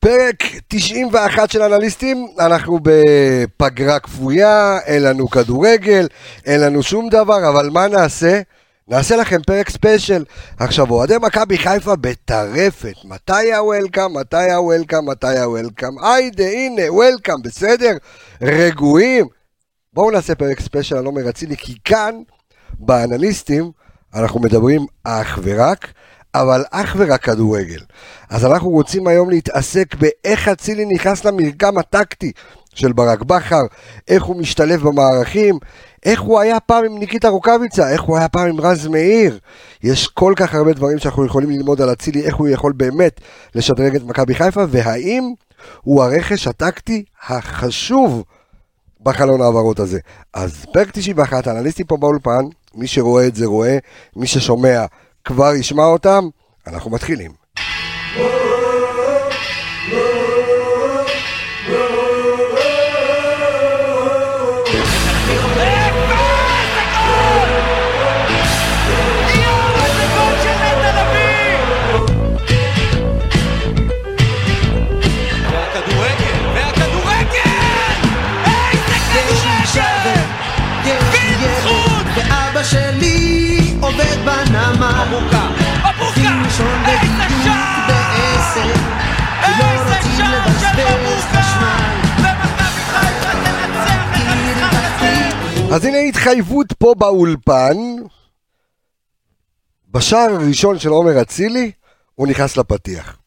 פרק 91 של אנליסטים, אנחנו בפגרה כפויה, אין לנו כדורגל, אין לנו שום דבר, אבל מה נעשה? נעשה לכם פרק ספיישל. עכשיו, אוהדי מכבי חיפה בטרפת, מתי הוולקאם, מתי הוולקאם, מתי הוולקאם, היידה, הנה, וולקאם, בסדר? רגועים. בואו נעשה פרק ספיישל, אני לא מרציני, כי כאן, באנליסטים, אנחנו מדברים אך ורק, אבל אך ורק כדורגל. אז אנחנו רוצים היום להתעסק באיך אצילי נכנס למרקם הטקטי של ברק בכר, איך הוא משתלב במערכים, איך הוא היה פעם עם ניקיטה רוקאביצה, איך הוא היה פעם עם רז מאיר. יש כל כך הרבה דברים שאנחנו יכולים ללמוד על אצילי, איך הוא יכול באמת לשדרג את מכבי חיפה, והאם הוא הרכש הטקטי החשוב בחלון העברות הזה. אז פרק 91, אנליסטים פה באולפן, מי שרואה את זה רואה, מי ששומע כבר ישמע אותם, אנחנו מתחילים. עובד בנמה אבוקה, איזה שער! איזה שער של אבוקה! ומכבי חיפה תנצח את המשחק הזה. אז הנה התחייבות פה באולפן, בשער הראשון של עומר אצילי, הוא נכנס לפתיח.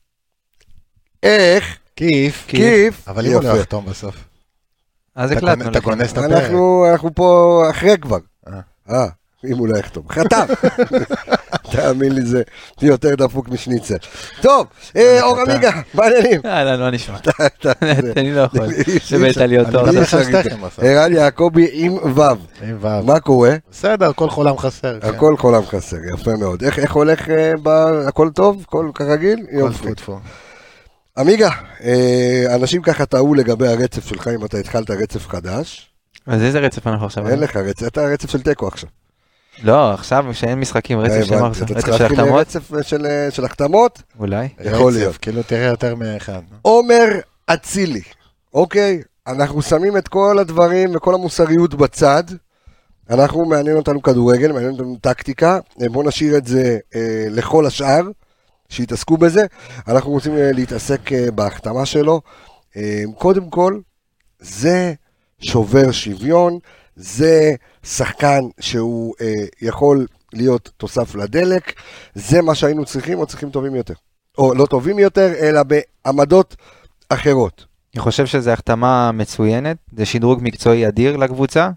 איך? כיף. אבל אם הוא לא יחתום בסוף. אז הקלטנו. אתה כונס את הפרק. אנחנו פה אחרי כבר. אם הוא לא יכתוב. חתם. תאמין לי, זה יותר דפוק משניצל. טוב, אור עמיגה, בעניינים. לא נשמע. אני לא יכול. שבאת להיות טוב. ערן יעקבי עם וו. מה קורה? בסדר, כל חולם חסר. הכל חולם חסר, יפה מאוד. איך הולך? הכל טוב? הכל כרגיל? יופי. עמיגה, אנשים ככה טעו לגבי הרצף שלך, אם אתה התחלת רצף חדש. אז איזה רצף אנחנו עכשיו? אין לך רצף, אתה רצף של טקו עכשיו. לא, עכשיו שאין משחקים, רצף של מחזור. אתה צריך להתחיל רצף של החתמות? אולי. יכול להיות. כאילו תראה יותר מאחד. עומר אצילי, אוקיי? אנחנו שמים את כל הדברים וכל המוסריות בצד. אנחנו מעניין אותנו כדורגל, מעניין אותנו טקטיקה. בואו נשאיר את זה לכל השאר, שיתעסקו בזה. אנחנו רוצים להתעסק בהחתמה שלו. קודם כל, זה שובר שוויון, זה שחקן שהוא יכול להיות תוסף לדלק, זה מה שהיינו צריכים, או צריכים טובים יותר. או לא טובים יותר, אלא בעמדות אחרות. אני חושב שזו החתמה מצוינת, זה שדרוג מקצועי אדיר לקבוצה,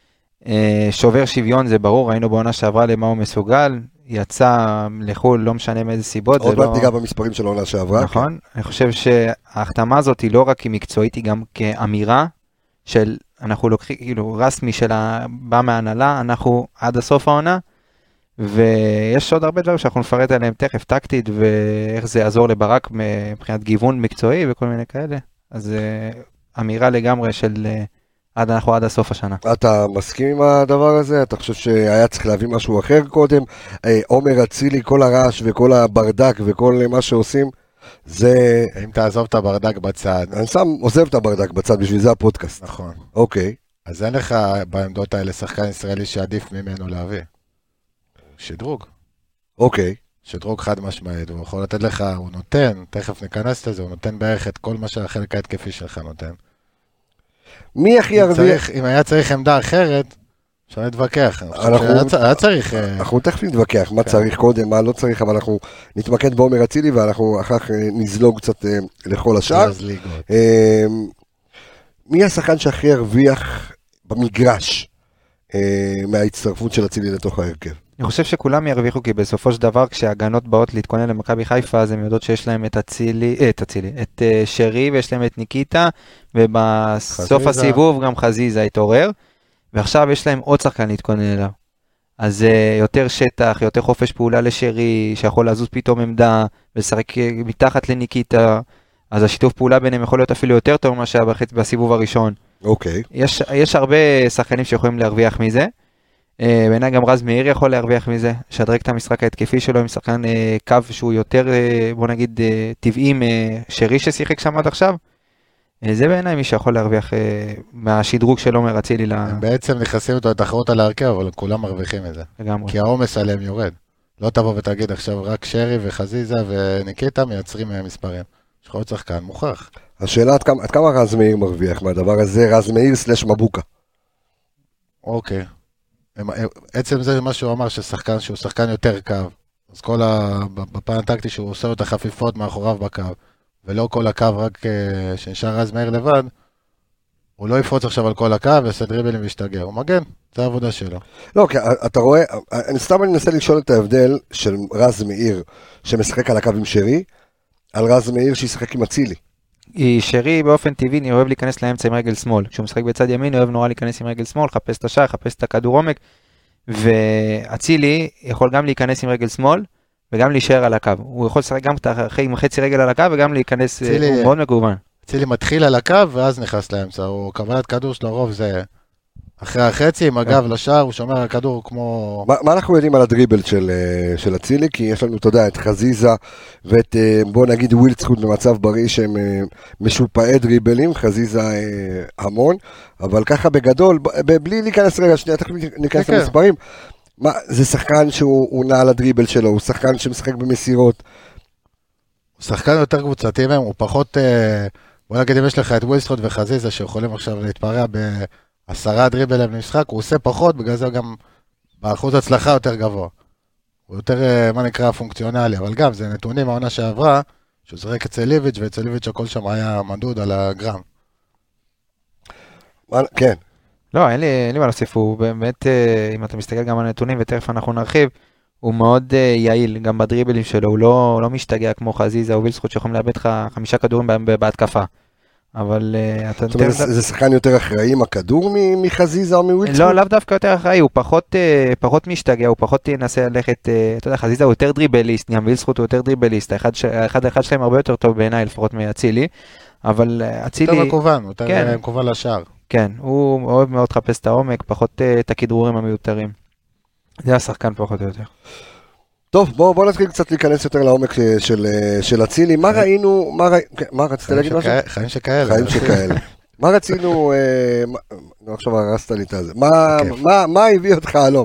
שובר שוויון זה ברור, ראינו בעונה שעברה למה הוא מסוגל, יצא לחול, לא משנה מאיזה סיבות. עוד מעט ניגע במספרים של העונה שעברה. נכון, אני חושב שההחתמה הזאת היא לא רק כמקצועית, היא גם כאמירה של, אנחנו לוקחים, כאילו, רסמי שלה בא מהנהלה, אנחנו עד הסוף העונה, ויש עוד הרבה דברים שאנחנו נפרט עליהם תכף, טקטית, ואיך זה יעזור לברק מבחינת גיוון מקצועי וכל מיני כאלה. אז אמירה לגמרי של אנחנו עד הסוף השנה. אתה מסכים עם הדבר הזה? אתה חושב שהיה צריך להביא משהו אחר קודם? עומר אצילי, כל הרעש וכל הברדק וכל מה שעושים, זה... אם תעזוב את הברדק בצד. אני עוזב את הברדק בצד, בשביל זה הפודקאסט. נכון. אוקיי. אז אין לך בעמדות האלה שחקן ישראלי שעדיף ממנו להביא. שדרוג. אוקיי. שדרוג חד משמעית, הוא יכול לתת לך, הוא נותן, תכף ניכנס לזה, הוא נותן בערך את כל מה שהחלק ההתקפי שלך נותן. מי הכי ירוויח? אם היה צריך עמדה אחרת, אפשר להתווכח. היה צריך... אנחנו תכף נתווכח מה צריך קודם, מה לא צריך, אבל אנחנו נתמקד בעומר אצילי, ואנחנו אחר כך נזלוג קצת לכל השאר. מי השחקן שהכי ירוויח במגרש מההצטרפות של אצילי לתוך ההרכב? אני חושב שכולם ירוויחו, כי בסופו של דבר, כשהגנות באות להתכונן למכבי חיפה, אז הם יודעות שיש להם את שרי, ויש להם את ניקיטה, ובסוף הסיבוב גם חזיזה התעורר, ועכשיו יש להם עוד שחקן להתכונן אליו. אז יותר שטח, יותר חופש פעולה לשרי, שיכול לזוז פתאום עמדה, ולשחק מתחת לניקיטה, אז השיתוף פעולה ביניהם יכול להיות אפילו יותר טוב ממה שהיה בסיבוב הראשון. אוקיי. יש הרבה שחקנים שיכולים להרוויח מזה, בעיניי גם רז מאיר יכול להרוויח מזה, שדרג את המשחק ההתקפי שלו עם שחקן קו שהוא יותר, בוא נגיד, טבעי שרי ששיחק שם עד עכשיו. זה בעיניי מי שיכול להרוויח מהשדרוג של עומר אצילי. הם בעצם נכנסים אותו לתחרות על ההרכב, אבל כולם מרוויחים את זה. לגמרי. כי העומס עליהם יורד. לא תבוא ותגיד עכשיו רק שרי וחזיזה וניקיטה מייצרים מספרים. יש לך עוד שחקן מוכח. השאלה עד כמה רז מאיר מרוויח מהדבר הזה, רז מאיר / מבוקה. אוקיי. עצם זה מה שהוא אמר ששחקן שהוא שחקן יותר קו, אז בפן הטקטי שהוא עושה את החפיפות מאחוריו בקו, ולא כל הקו רק שנשאר רז מאיר לבד, הוא לא יפרוץ עכשיו על כל הקו ויעשה דריבלים וישתגע, הוא מגן, זה העבודה שלו. לא, כי אתה רואה, אני מנסה לשאול את ההבדל של רז מאיר שמשחק על הקו עם שרי, על רז מאיר שישחק עם אצילי. שרי באופן טבעי אני אוהב להיכנס לאמצע עם רגל שמאל, כשהוא משחק בצד ימין הוא אוהב נורא להיכנס עם רגל שמאל, חפש את השער, חפש את הכדור עומק, ואצילי יכול גם להיכנס עם רגל שמאל וגם להישאר על הקו, הוא יכול לשחק גם עם חצי רגל על הקו וגם להיכנס, הוא מאוד מגוון. אצילי מתחיל על הקו ואז נכנס לאמצע, הוא קבלת כדור שלו רוב זה אחרי החצי, עם הגב לשער, הוא שומר על הכדור כמו... מה אנחנו יודעים על הדריבל של אצילי? כי יש לנו, אתה יודע, את חזיזה ואת, בוא נגיד, ווילדסקוט במצב בריא שהם משופעי דריבלים, חזיזה המון, אבל ככה בגדול, בלי להיכנס רגע, שנייה, תכף ניכנס למספרים, זה שחקן שהוא נע על הדריבל שלו, הוא שחקן שמשחק במסירות. הוא שחקן יותר קבוצתי מהם, הוא פחות... בוא נגיד, אם יש לך את ווילדסקוט וחזיזה שיכולים עכשיו להתפרע 10 דריבלים למשחק, הוא עושה פחות, בגלל זה גם באחוז הצלחה יותר גבוה. הוא יותר, מה נקרא, פונקציונלי, אבל גם זה נתונים מהעונה שעברה, שהוא זרק אצל ליביץ' ואצל ליביץ' הכל שם היה מדוד על הגרם. כן. לא, אין לי מה להוסיף, הוא באמת, אם אתה מסתכל גם על הנתונים, ותכף אנחנו נרחיב, הוא מאוד יעיל, גם בדריבלים שלו, הוא לא משתגע כמו חזיזה או וילדסקוט שיכולים לאבד לך 5 כדורים בהתקפה. אבל אתה... זאת אומרת, זה שחקן יותר אחראי עם הכדור מחזיזה או מווילדסקוט? לא, לאו דווקא יותר אחראי, הוא פחות משתגע, הוא פחות ינסה ללכת, אתה יודע, חזיזה הוא יותר דריבליסט, גם וילדסקוט הוא יותר דריבליסט, האחד שלהם הרבה יותר טוב בעיניי, לפחות מאצילי, אבל אצילי... יותר מקוון, יותר מקוון לשער. כן, הוא אוהב מאוד לחפש את העומק, פחות את הכדרורים המיותרים. זה השחקן פחות או יותר. טוב, בוא נתחיל קצת להיכנס יותר לעומק של אצילי. מה ראינו, מה רצית להגיד משהו? חיים שכאלה. חיים שכאלה. מה רצינו, עכשיו הרסת לי את זה, מה הביא אותך הלום?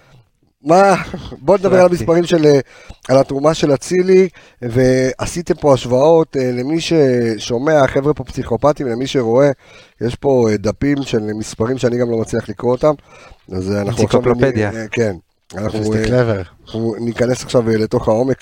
בוא נדבר על המספרים על התרומה של אצילי, ועשיתם פה השוואות למי ששומע, חבר'ה פה פסיכופטים, למי שרואה, יש פה דפים של מספרים שאני גם לא מצליח לקרוא אותם, אז אנחנו עכשיו... אנציקלופדיה. כן. אנחנו ניכנס עכשיו לתוך העומק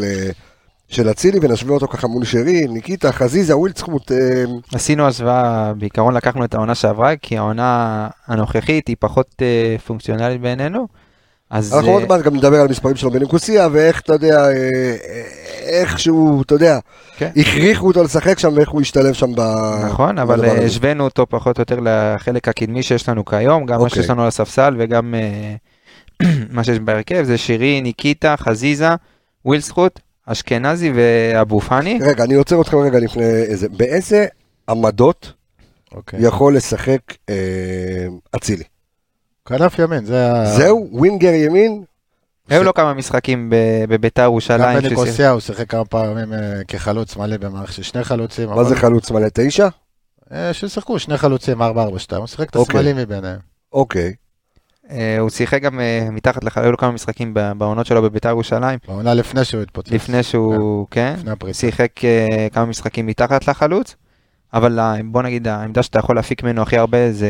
של אצילי ונשווה אותו ככה מול שרי, ניקיטה, חזיזה, ווילדסקוט. עשינו השוואה, בעיקרון לקחנו את העונה שעברה, כי העונה הנוכחית היא פחות פונקציונלית בעינינו. אנחנו עוד מעט גם נדבר על מספרים שלו בנקוסיה, ואיך אתה יודע, איך שהוא, אתה יודע, הכריחו אותו לשחק שם ואיך הוא השתלב שם. נכון, אבל השווינו אותו פחות או יותר לחלק הקדמי שיש לנו כיום, גם מה שיש לנו על הספסל וגם... מה שיש בהרכב זה שרי, ניקיטה, חזיזה, ווילדסקוט, אשכנזי ואבו פאני. רגע, אני עוצר אותך רגע לפני איזה, באיזה עמדות יכול לשחק אצילי? כנף ימין, זהו, ווינגר ימין? היו לו כמה משחקים בביתר ירושלים. גם בניקוסיה הוא שיחק כמה פעמים כחלוץ מלא במערכת של 2 חלוצים. מה זה חלוץ מלא? 9? ששחקו 2 חלוצים, 4-4-2, הוא שיחק את השמאלים מביניהם. אוקיי. הוא שיחק גם מתחת היו לו כמה משחקים בעונות שלו בביתר ירושלים. בעונה לפני שהוא התפוצץ. לפני שהוא, כן, שיחק כמה משחקים מתחת לחלוץ, אבל בוא נגיד, העמדה שאתה יכול להפיק ממנו הכי הרבה זה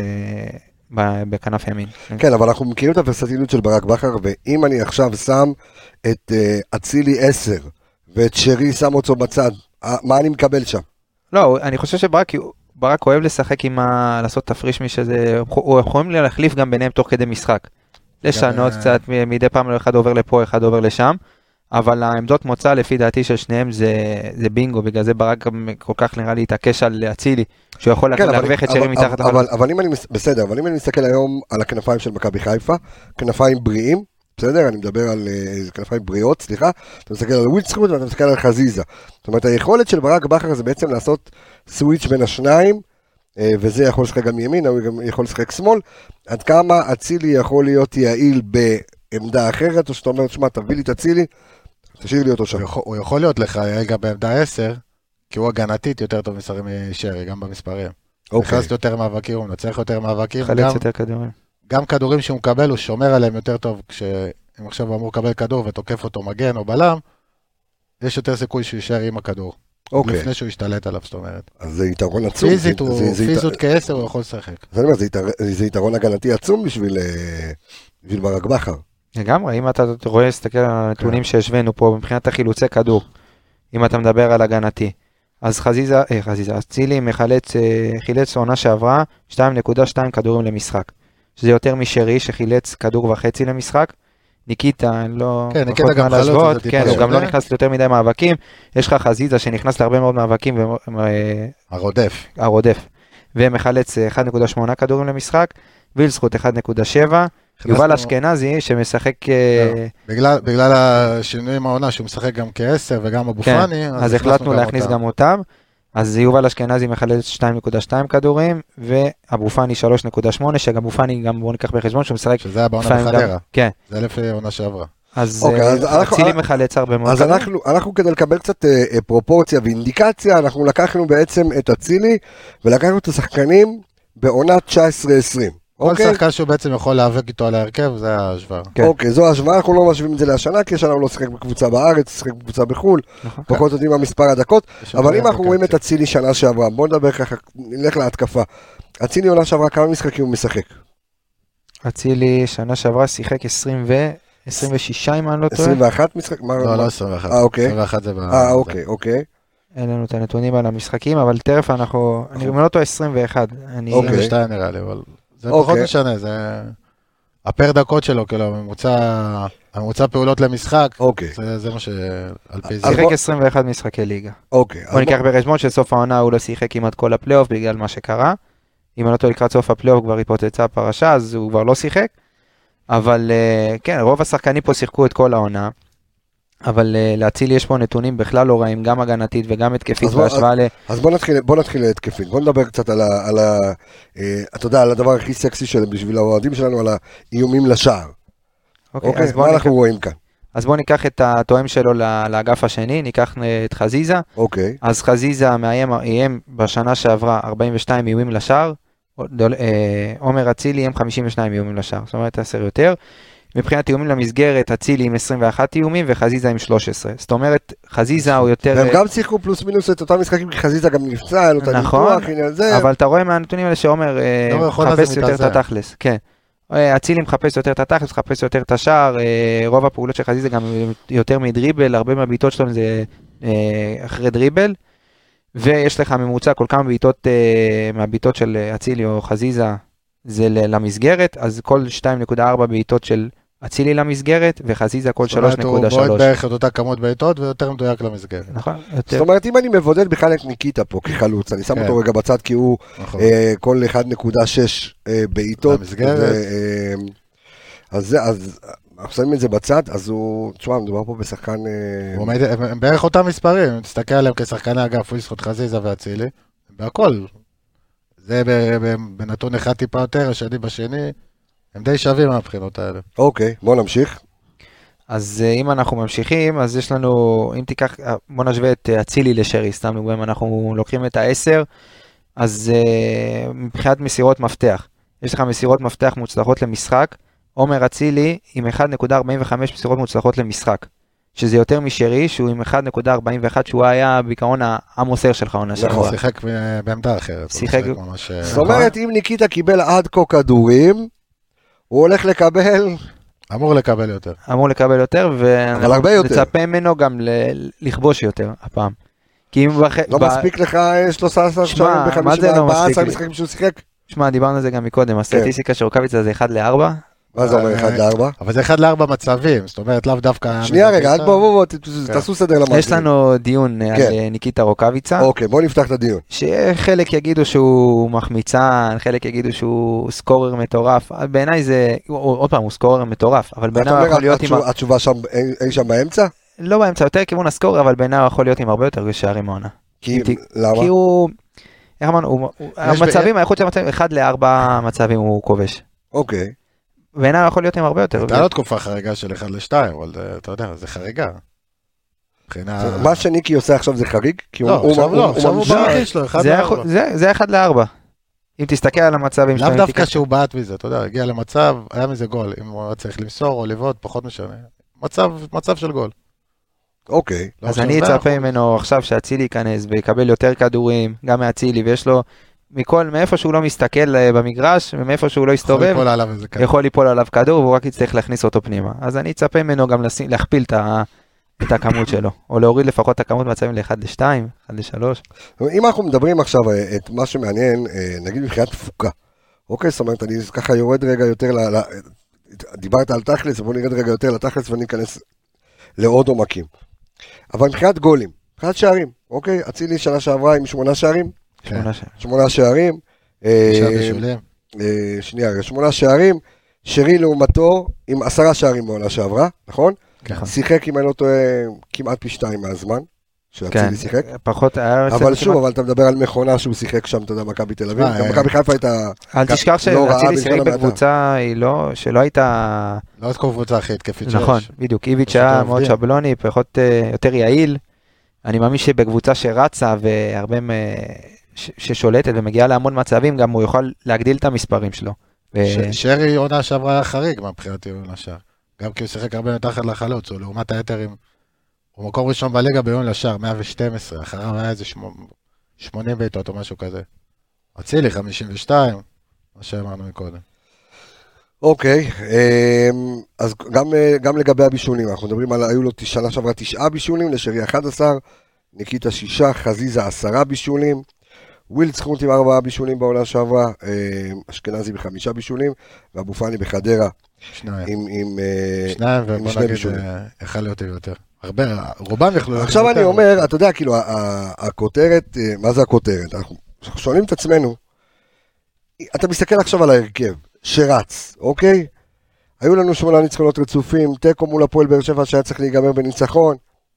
בכנף ימין. כן, אבל אנחנו מכירים את הוורסטיליות של ברק בכר, ואם אני עכשיו שם את אצילי 10, ואת שרי שם אותו בצד, מה אני מקבל שם? לא, אני חושב ברק אוהב לשחק עם לעשות תפריש משזה, הוא יכולים להחליף גם ביניהם תוך כדי משחק. לשנות קצת, מדי פעם אחד עובר לפה, אחד עובר לשם, אבל העמדות מוצא לפי דעתי של שניהם זה בינגו, בגלל זה ברק כל כך נראה לי התעקש על אצילי, שהוא יכול להרוויח את שרי מתחת לחלוץ. בסדר, אבל אם אני מסתכל היום על הכנפיים של מכבי חיפה, כנפיים בריאים, בסדר? אני מדבר על כנפיים בריאות, סליחה, אתה מסתכל על ווילדסקוט ואתה מסתכל על חזיזה. זאת אומרת, היכולת של ברק בכר זה בעצם לעשות סוויץ' בין השניים, וזה יכול לשחק גם ימין, הוא גם יכול לשחק שמאל, עד כמה אצילי יכול להיות יעיל בעמדה אחרת, או שאתה אומר, שמע, תביא לי את אצילי, תשאיר לי אותו שם. הוא יכול להיות לך יעיל גם בעמדה 10, כי הוא הגנתית יותר טוב משרי, גם במספרים. הוא נכנס יותר מאבקים, הוא מנצח יותר מאבקים. חלץ יותר כדורים. גם כדורים שהוא מקבל, הוא שומר עליהם יותר טוב, כשאם עכשיו הוא אמור לקבל כדור ותוקף אותו מגן או בלם, יש יותר סיכוי שהוא יישאר עם הכדור. לפני שהוא ישתלט עליו, זאת אומרת. אז זה יתרון עצום. פיזית כ10 הוא יכול לשחק. זה יתרון הגנתי עצום בשביל ברק בכר. לגמרי, אם אתה רואה, סתכל על הנתונים שהשווינו פה, מבחינת החילוצי כדור, אם אתה מדבר על הגנתי, אז אצילי חילץ עונה שעברה 2.2 כדורים למשחק, שזה יותר משרי שחילץ כדור וחצי למשחק. ניקיטה, לא... כן, ניקיטה גם חלוץ, כן, הוא גם לא נכנס ליותר מדי מאבקים, יש לך חזיזה שנכנס להרבה מאוד מאבקים, הרודף, ומחלץ 1.8 כדורים למשחק, וילסחוט 1.7, יובל אשכנזי שמשחק... בגלל השינויים העונה שהוא משחק גם כ10 וגם אבו פאני, אז החלטנו להכניס גם אותם, אז יובל אשכנזי מחלץ 2.2 כדורים, ואבו פאני 3.8, שגם אבו פאני גם בואו ניקח בחשבון שהוא משחק... שזה היה בעונה בחדרה. כן. זה לפי עונה שעברה. אז אצילי מחלץ הרבה מאוד. אז אנחנו כדי לקבל קצת פרופורציה ואינדיקציה, אנחנו לקחנו בעצם את אצילי, ולקחנו את השחקנים בעונה 19-20. כל שחקן שהוא בעצם יכול להיאבק איתו על ההרכב, זה ההשוואה. אוקיי, זו ההשוואה, אנחנו לא משווים את זה להשנה, כי השנה הוא לא שחק בקבוצה בארץ, שחק בקבוצה בחול, פחות יודעים מה מספר הדקות, אבל אם אנחנו רואים את אצילי שנה שעברה, בואו נדבר ככה, נלך להתקפה. אצילי עונה שעברה, כמה משחקים הוא משחק? אצילי שנה שעברה שיחק 26 אם אני לא טועה. 21 משחק? לא 21. אוקיי. 21 זה... אוקיי. אין לנו את הנתונים על המשחקים, אבל תכף אנחנו, אני לא טועה 21. 22 נראה לי, אבל... זה פחות משנה, זה... הפר דקות שלו, כאילו, הממוצע פעולות למשחק, זה מה שעל פי זה. שיחק 21 משחקי ליגה. בוא ניקח בחשבון שסוף העונה הוא לא שיחק כמעט כל הפלייאוף בגלל מה שקרה. אם אני לא טועה לקראת סוף הפלייאוף כבר התפוצצה הפרשה, אז הוא כבר לא שיחק. אבל כן, רוב השחקנים פה שיחקו את כל העונה. אבל להצילי יש פה נתונים בכלל לא רעים, גם הגנתית וגם התקפית בהשוואה ל... אז בוא נתחיל להתקפית, בוא נדבר קצת אתה יודע, על הדבר הכי סקסי שלהם בשביל האוהדים שלנו, על האיומים לשער. אוקיי, מה אנחנו רואים כאן? אז בוא ניקח את התואם שלו לאגף השני, ניקח את חזיזה. אוקיי. אז חזיזה מאיים בשנה שעברה 42 איומים לשער, עומר אצילי איים 52 איומים לשער, זאת אומרת 10 יותר. מבחינת איומים למסגרת, אצילי עם 21 איומים וחזיזה עם 13. זאת אומרת, חזיזה הוא יותר... והם גם שיחקו פלוס מינוס את אותם משחקים, כי חזיזה גם נפצע, היה לו את הניתוח, אבל אתה רואה מהנתונים האלה שעומר מחפש יותר את התכלס. כן. אצילי מחפש יותר את התכלס, מחפש יותר את השער, רוב הפעולות של חזיזה גם יותר מדריבל, הרבה מהביטות שלנו זה אחרי דריבל, ויש לך ממוצע כל כמה בעיטות מהביטות של אצילי או חזיזה, זה למסגרת, אז כל 2.4 בעיטות של אצילי למסגרת, וחזיזה כל 3.3. זאת אומרת, הוא בועט בערך את אותה כמות בעיטות, ויותר מדויק למסגרת. נכון. זאת אומרת, אם אני מבודד בכלל את ניקיטה פה כחלוץ, אני שם אותו רגע בצד, כי הוא כל 1.6 בעיטות. למסגרת. אז אנחנו שמים את זה בצד, אז הוא, תשמע, מדובר פה בשחקן... הם בערך אותם מספרים, תסתכל עליהם כשחקני אגף, הוא ישחוט חזיזה ואצילי, בהכל. זה בנתון אחד טיפה יותר, השני בשני, הם די שווים מהבחינות האלה. אוקיי, בוא נמשיך. אז אם אנחנו ממשיכים, אז יש לנו, אם תיקח, בוא נשווה את אצילי לשרי, סתם אם אנחנו לוקחים את ה10, אז מבחינת מסירות מפתח, יש לך מסירות מפתח מוצלחות למשחק, עומר אצילי עם 1.45 מסירות מוצלחות למשחק, שזה יותר משרי, שהוא עם 1.41, שהוא היה בעיקרון המוסר שלך עונה שעברה. הוא שיחק בעמדה אחרת. זאת אומרת, אם ניקיטה קיבל עד כה כדורים, הוא הולך לקבל... אמור לקבל יותר. אמור לקבל יותר, אבל ונצפה ממנו גם לכבוש יותר הפעם. לא מספיק לך 13 שערים ב-14 משחקים שהוא שיחק? שמע, דיברנו על זה גם מקודם, הסטטיסטיקה של רוקאביצה זה 1-4, מה זה אומר 1-4? אבל זה 1-4 מצבים, זאת אומרת לאו דווקא... שנייה רגע, בואו, תעשו סדר למאזינים. יש לנו דיון על ניקיטה רוקאביצה. אוקיי, בואו נפתח את הדיון. שחלק יגידו שהוא מחמיצן, חלק יגידו שהוא סקורר מטורף, בעיניי זה, עוד פעם, הוא סקורר מטורף, אבל בעיניי הוא יכול להיות עם... התשובה אי שם באמצע? לא באמצע, יותר כיוון הסקורר, אבל בעיניי הוא יכול להיות עם הרבה יותר שערים מעונה. למה? כי הוא... איך אמרנו, המצבים, האיכות של המצבים, 1-4 מצבים הוא כובש. אוקיי. בעיניי הוא יכול להיות עם הרבה יותר. הייתה לו תקופה חריגה של 1-2, אבל אתה יודע, זה חריגה. מה שניקי עושה עכשיו זה חריג? לא, עכשיו הוא במחיר שלו, 1-4. זה 1-4. אם תסתכל על המצבים לאו דווקא שהוא בעט מזה, אתה יודע, הגיע למצב, היה מזה גול, אם הוא צריך למסור או לבעוט, פחות משנה. מצב של גול. אוקיי. אז אני אצפה ממנו עכשיו שאצילי ייכנס ויקבל יותר כדורים, גם מאצילי, ויש לו מאיפה שהוא לא מסתכל במגרש, ומאיפה שהוא לא יסתובב, יכול ליפול עליו כדור, והוא רק יצטרך להכניס אותו פנימה. אז אני אצפה ממנו גם להכפיל את הכמות שלו, או להוריד לפחות את הכמות מצבים ל-1-2, 1-3. אם אנחנו מדברים עכשיו את מה שמעניין, נגיד מבחינת תפוקה, אוקיי, זאת אומרת, אני ככה יורד רגע יותר, דיברת על תכלס, בוא נרד רגע יותר לתכלס ואני אכנס לעוד עומקים. אבל מבחינת גולים, מבחינת שערים, אוקיי, אצילי שנה שעברה עם 8 שערים, 8 שערים, 8 שערים, שרי לעומתו עם 10 שערים בעונה שעברה, נכון? שיחק אם אני לא טועה כמעט פי 2 מהזמן שאצילי שיחק, אבל שוב, אבל אתה מדבר על מכונה שהוא שיחק שם, אתה יודע, מכבי תל אביב, גם מכבי חיפה הייתה אל תשכח שאצילי שיחק בקבוצה שלא הייתה לא את קבוצה הכי התקפית שיש, נכון, בדיוק, איביץ' היה מאוד שבלוני, פחות יותר יעיל, אני מאמין שבקבוצה שרצה והרבה ששולטת ומגיעה להמון מצבים, גם הוא יוכל להגדיל את המספרים שלו. שרי עונה שעברה היה חריג מבחינתי עונה שער, גם כי הוא שיחק הרבה מתחת לחלוץ, הוא לעומת היתרים, הוא מקום ראשון בליגה ביום לשער, 112, אחריו היה איזה 80 בעיטות או משהו כזה. אצילי 52, מה שאמרנו מקודם. אוקיי, אז גם לגבי הבישולים, אנחנו מדברים על, היו לו שנה שעברה 9 בישולים, לשרי 11, ניקיטה 6, חזיזה 10 בישולים, ווילד זכות עם 4 בישולים בעונה שעברה, אשכנזי ב5 בישולים, ואבו פאני בחדרה. 2. עם 2 ובוא נגיד, יכול להיות יותר. הרבה, רובם יכלו... עכשיו אני אומר, אתה יודע, כאילו, הכותרת, מה זה הכותרת? אנחנו שואלים את עצמנו, אתה מסתכל עכשיו על ההרכב, שרץ, אוקיי? היו לנו 8 ניצחונות רצופים, תיקו מול הפועל באר שבע שהיה צריך להיגמר בניצחון,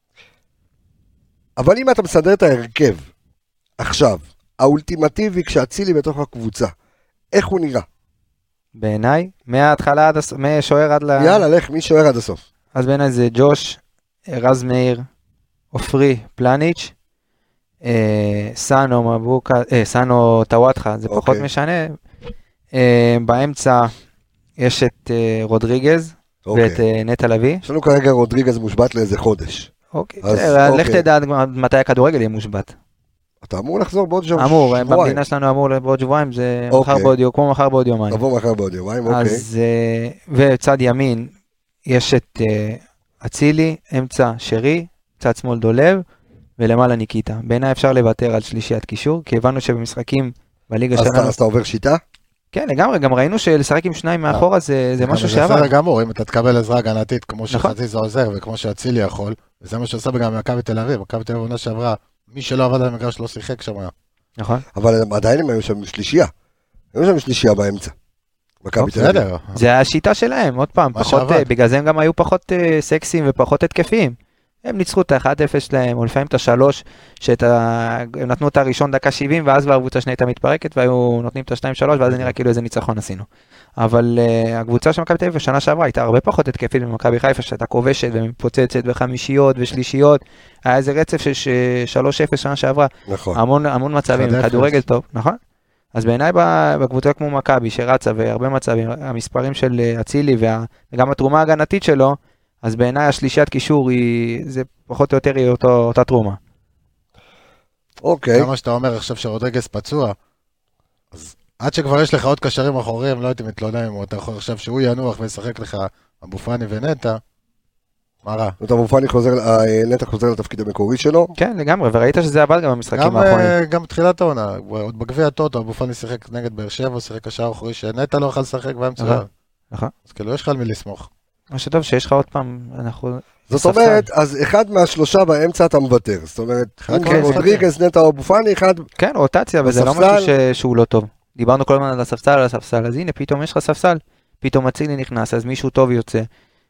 אבל אם אתה מסדר את ההרכב, עכשיו, האולטימטיבי כשאצילי בתוך הקבוצה, איך הוא נראה? בעיניי, מההתחלה עד הסוף, משוער עד יאללה, לך, מי שוער עד הסוף? אז בעיניי זה ג'וש, רז מאיר, אופרי, פלניץ', סאנו טוואטחה, זה פחות משנה. באמצע יש את רודריגז ואת נטע לביא. יש לנו כרגע רודריגז מושבת לאיזה חודש. אוקיי, לך תדע מתי הכדורגל יהיה מושבת. אתה אמור לחזור בעוד שבועיים. אמור, במדינה שלנו אמור בעוד שבועיים, זה מחר בעוד יום, כמו מחר בעוד יומיים. תבוא מחר בעוד יומיים, אוקיי. אז, וצד ימין, יש את אצילי, אמצע שרי, צד שמאל דולב, ולמעלה ניקיטה. בעיניי אפשר לוותר על שלישיית קישור, כי הבנו שבמשחקים בליגה שלנו... אז אתה עובר שיטה? כן, לגמרי, גם ראינו שלשחק עם 2 מאחורה זה משהו שעבר. זה גמור, אם אתה תקבל עזרה הגנתית, כמו שחזיזה עוזר, וכמו שאצילי יכול, וזה מה שעושה גם מכבי תל אביב, מכבי תל אביב עונה שעברה, מי שלא עבד על המגרש לא שיחק שם. נכון. אבל עדיין הם היו שם שלישייה. היו שם שלישייה באמצע. מכבי תל אביב. זה השיטה שלהם, עוד פעם, בגלל זה הם גם היו פחות סקסיים ופחות התקפיים. הם ניצחו את ה-1-0 שלהם, או לפעמים את ה-3, הם נתנו את הראשון דקה 70, ואז הקבוצה השנייה הייתה מתפרקת, והיו נותנים את ה-2-3, ואז זה נראה כאילו איזה ניצחון עשינו. אבל הקבוצה של מכבי תל אביב בשנה שעברה הייתה הרבה פחות התקפית ממכבי חיפה, שהייתה כובשת ומפוצצת בחמישיות ושלישיות, היה איזה רצף של 3-0 שנה שעברה, המון מצבים, כדורגל טוב, נכון? אז בעיניי בקבוצה כמו מכבי שרצה והרבה מצבים, המספרים של אצילי וגם התרומה ההגנתית שלו, אז בעיניי השלישיית קישור זה פחות או יותר אותה תרומה. אוקיי. כמה שאתה אומר עכשיו שרודריגז פצוע, אז עד שכבר יש לך עוד קשרים אחוריים, לא הייתי מתלונן אם אתה יכול עכשיו שהוא ינוח וישחק לך אבו פאני ונטע, מה רע? אבו פאני נטע חוזר לתפקיד המקורי שלו? כן, לגמרי, וראית שזה עבד גם במשחקים האחרונים. גם בתחילת העונה, עוד בגביע הטוטו, אבו פאני שיחק נגד באר שבע, שיחק קשר אחורי שנטע לא יכול לשחק באמצע. נכון. אז כאילו יש לך על מי לסמוך. מה שטוב שיש לך עוד פעם, זאת אומרת, אז אחד מהשלושה באמצע אתה מוותר, זאת אומרת, רודריגז, נטע או אבו פאני, אחד... כן, רוטציה, וזה לא משהו שהוא לא טוב. דיברנו כל הזמן על הספסל, אז הנה, פתאום יש לך ספסל, פתאום אצילי נכנס, אז מישהו טוב יוצא,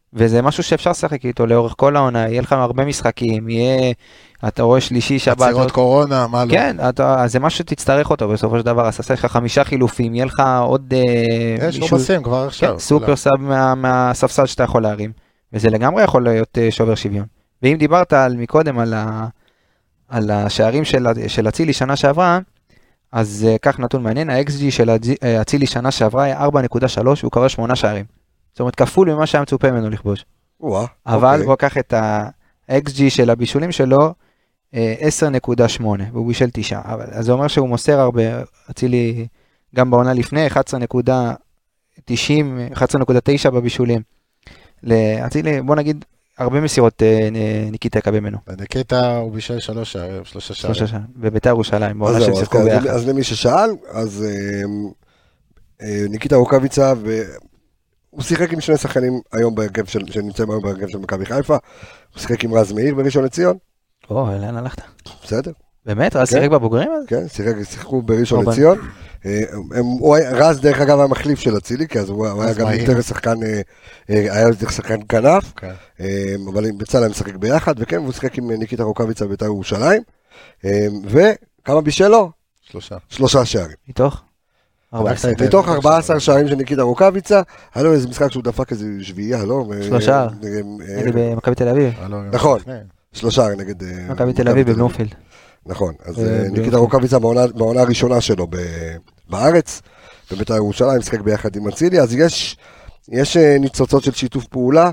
וזה משהו שאפשר לשחק איתו לאורך כל העונה, יהיה לך הרבה משחקים, אתה רואה שלישי, שבת. עצירות קורונה, מה לא? כן, זה משהו שתצטרך אותו בסופו של דבר, אז יש לך 5 חילופים, יהיה לך עוד יש עומסים כבר עכשיו. סופר סאב מהספסל שאתה יכול להרים, וזה לגמרי יכול להיות שובר שוויון. ואם דיברת מקודם על השערים של אצילי שנה שעברה, אז כך נתון מעניין, ה-XG של אצילי שנה שעברה היה 4.3, והוא קרא 8 שערים. זאת אומרת, כפול ממה שהיה מצופה ממנו לכבוש. אבל בוא קח את ה-XG של הבישולים שלו, 10.8, והוא בישל 9. אז זה אומר שהוא מוסר הרבה, אצילי גם בעונה לפני, 11.9 בבישולים. לאצילי, בוא נגיד, הרבה מסירות ניקיטה יקבל ממנו. ניקיטה הוא בישל 3 שערים, 3 שערים. בבית"ר ירושלים, בעונה שהם שיחקו ביחד. אז למי ששאל, אז ניקיטה רוקאביצה, הוא שיחק עם 2 שחקנים היום בהרכב שנמצאים היום בהרכב של מכבי חיפה, הוא שיחק עם רז מאיר בראשון לציון. לאן הלכת? בסדר. באמת? רז שיחק בבוגרים? כן, שיחקו בראשון לציון. רז דרך אגב היה מחליף של אצילי, כי אז הוא היה גם יותר שחקן כנף, אבל יצא להם לשחק ביחד, וכן, הוא שיחק עם ניקיטה רוקאביצה בבית"ר ירושלים, וכמה בישל לו? 3 שערים. מתוך 14 שערים של ניקיטה רוקאביצה, היה לו איזה משחק שהוא דפק איזה שביעייה, לא? 3 נגד מכבי תל אביב. נכון, 3 נגד מכבי תל אביב בבלומפילד. נכון, אז ניקיטה רוקאביצה בעונה הראשונה שלו בארץ, בבית"ר ירושלים, משחק ביחד עם אצילי, אז יש ניצוצות של שיתוף פעולה.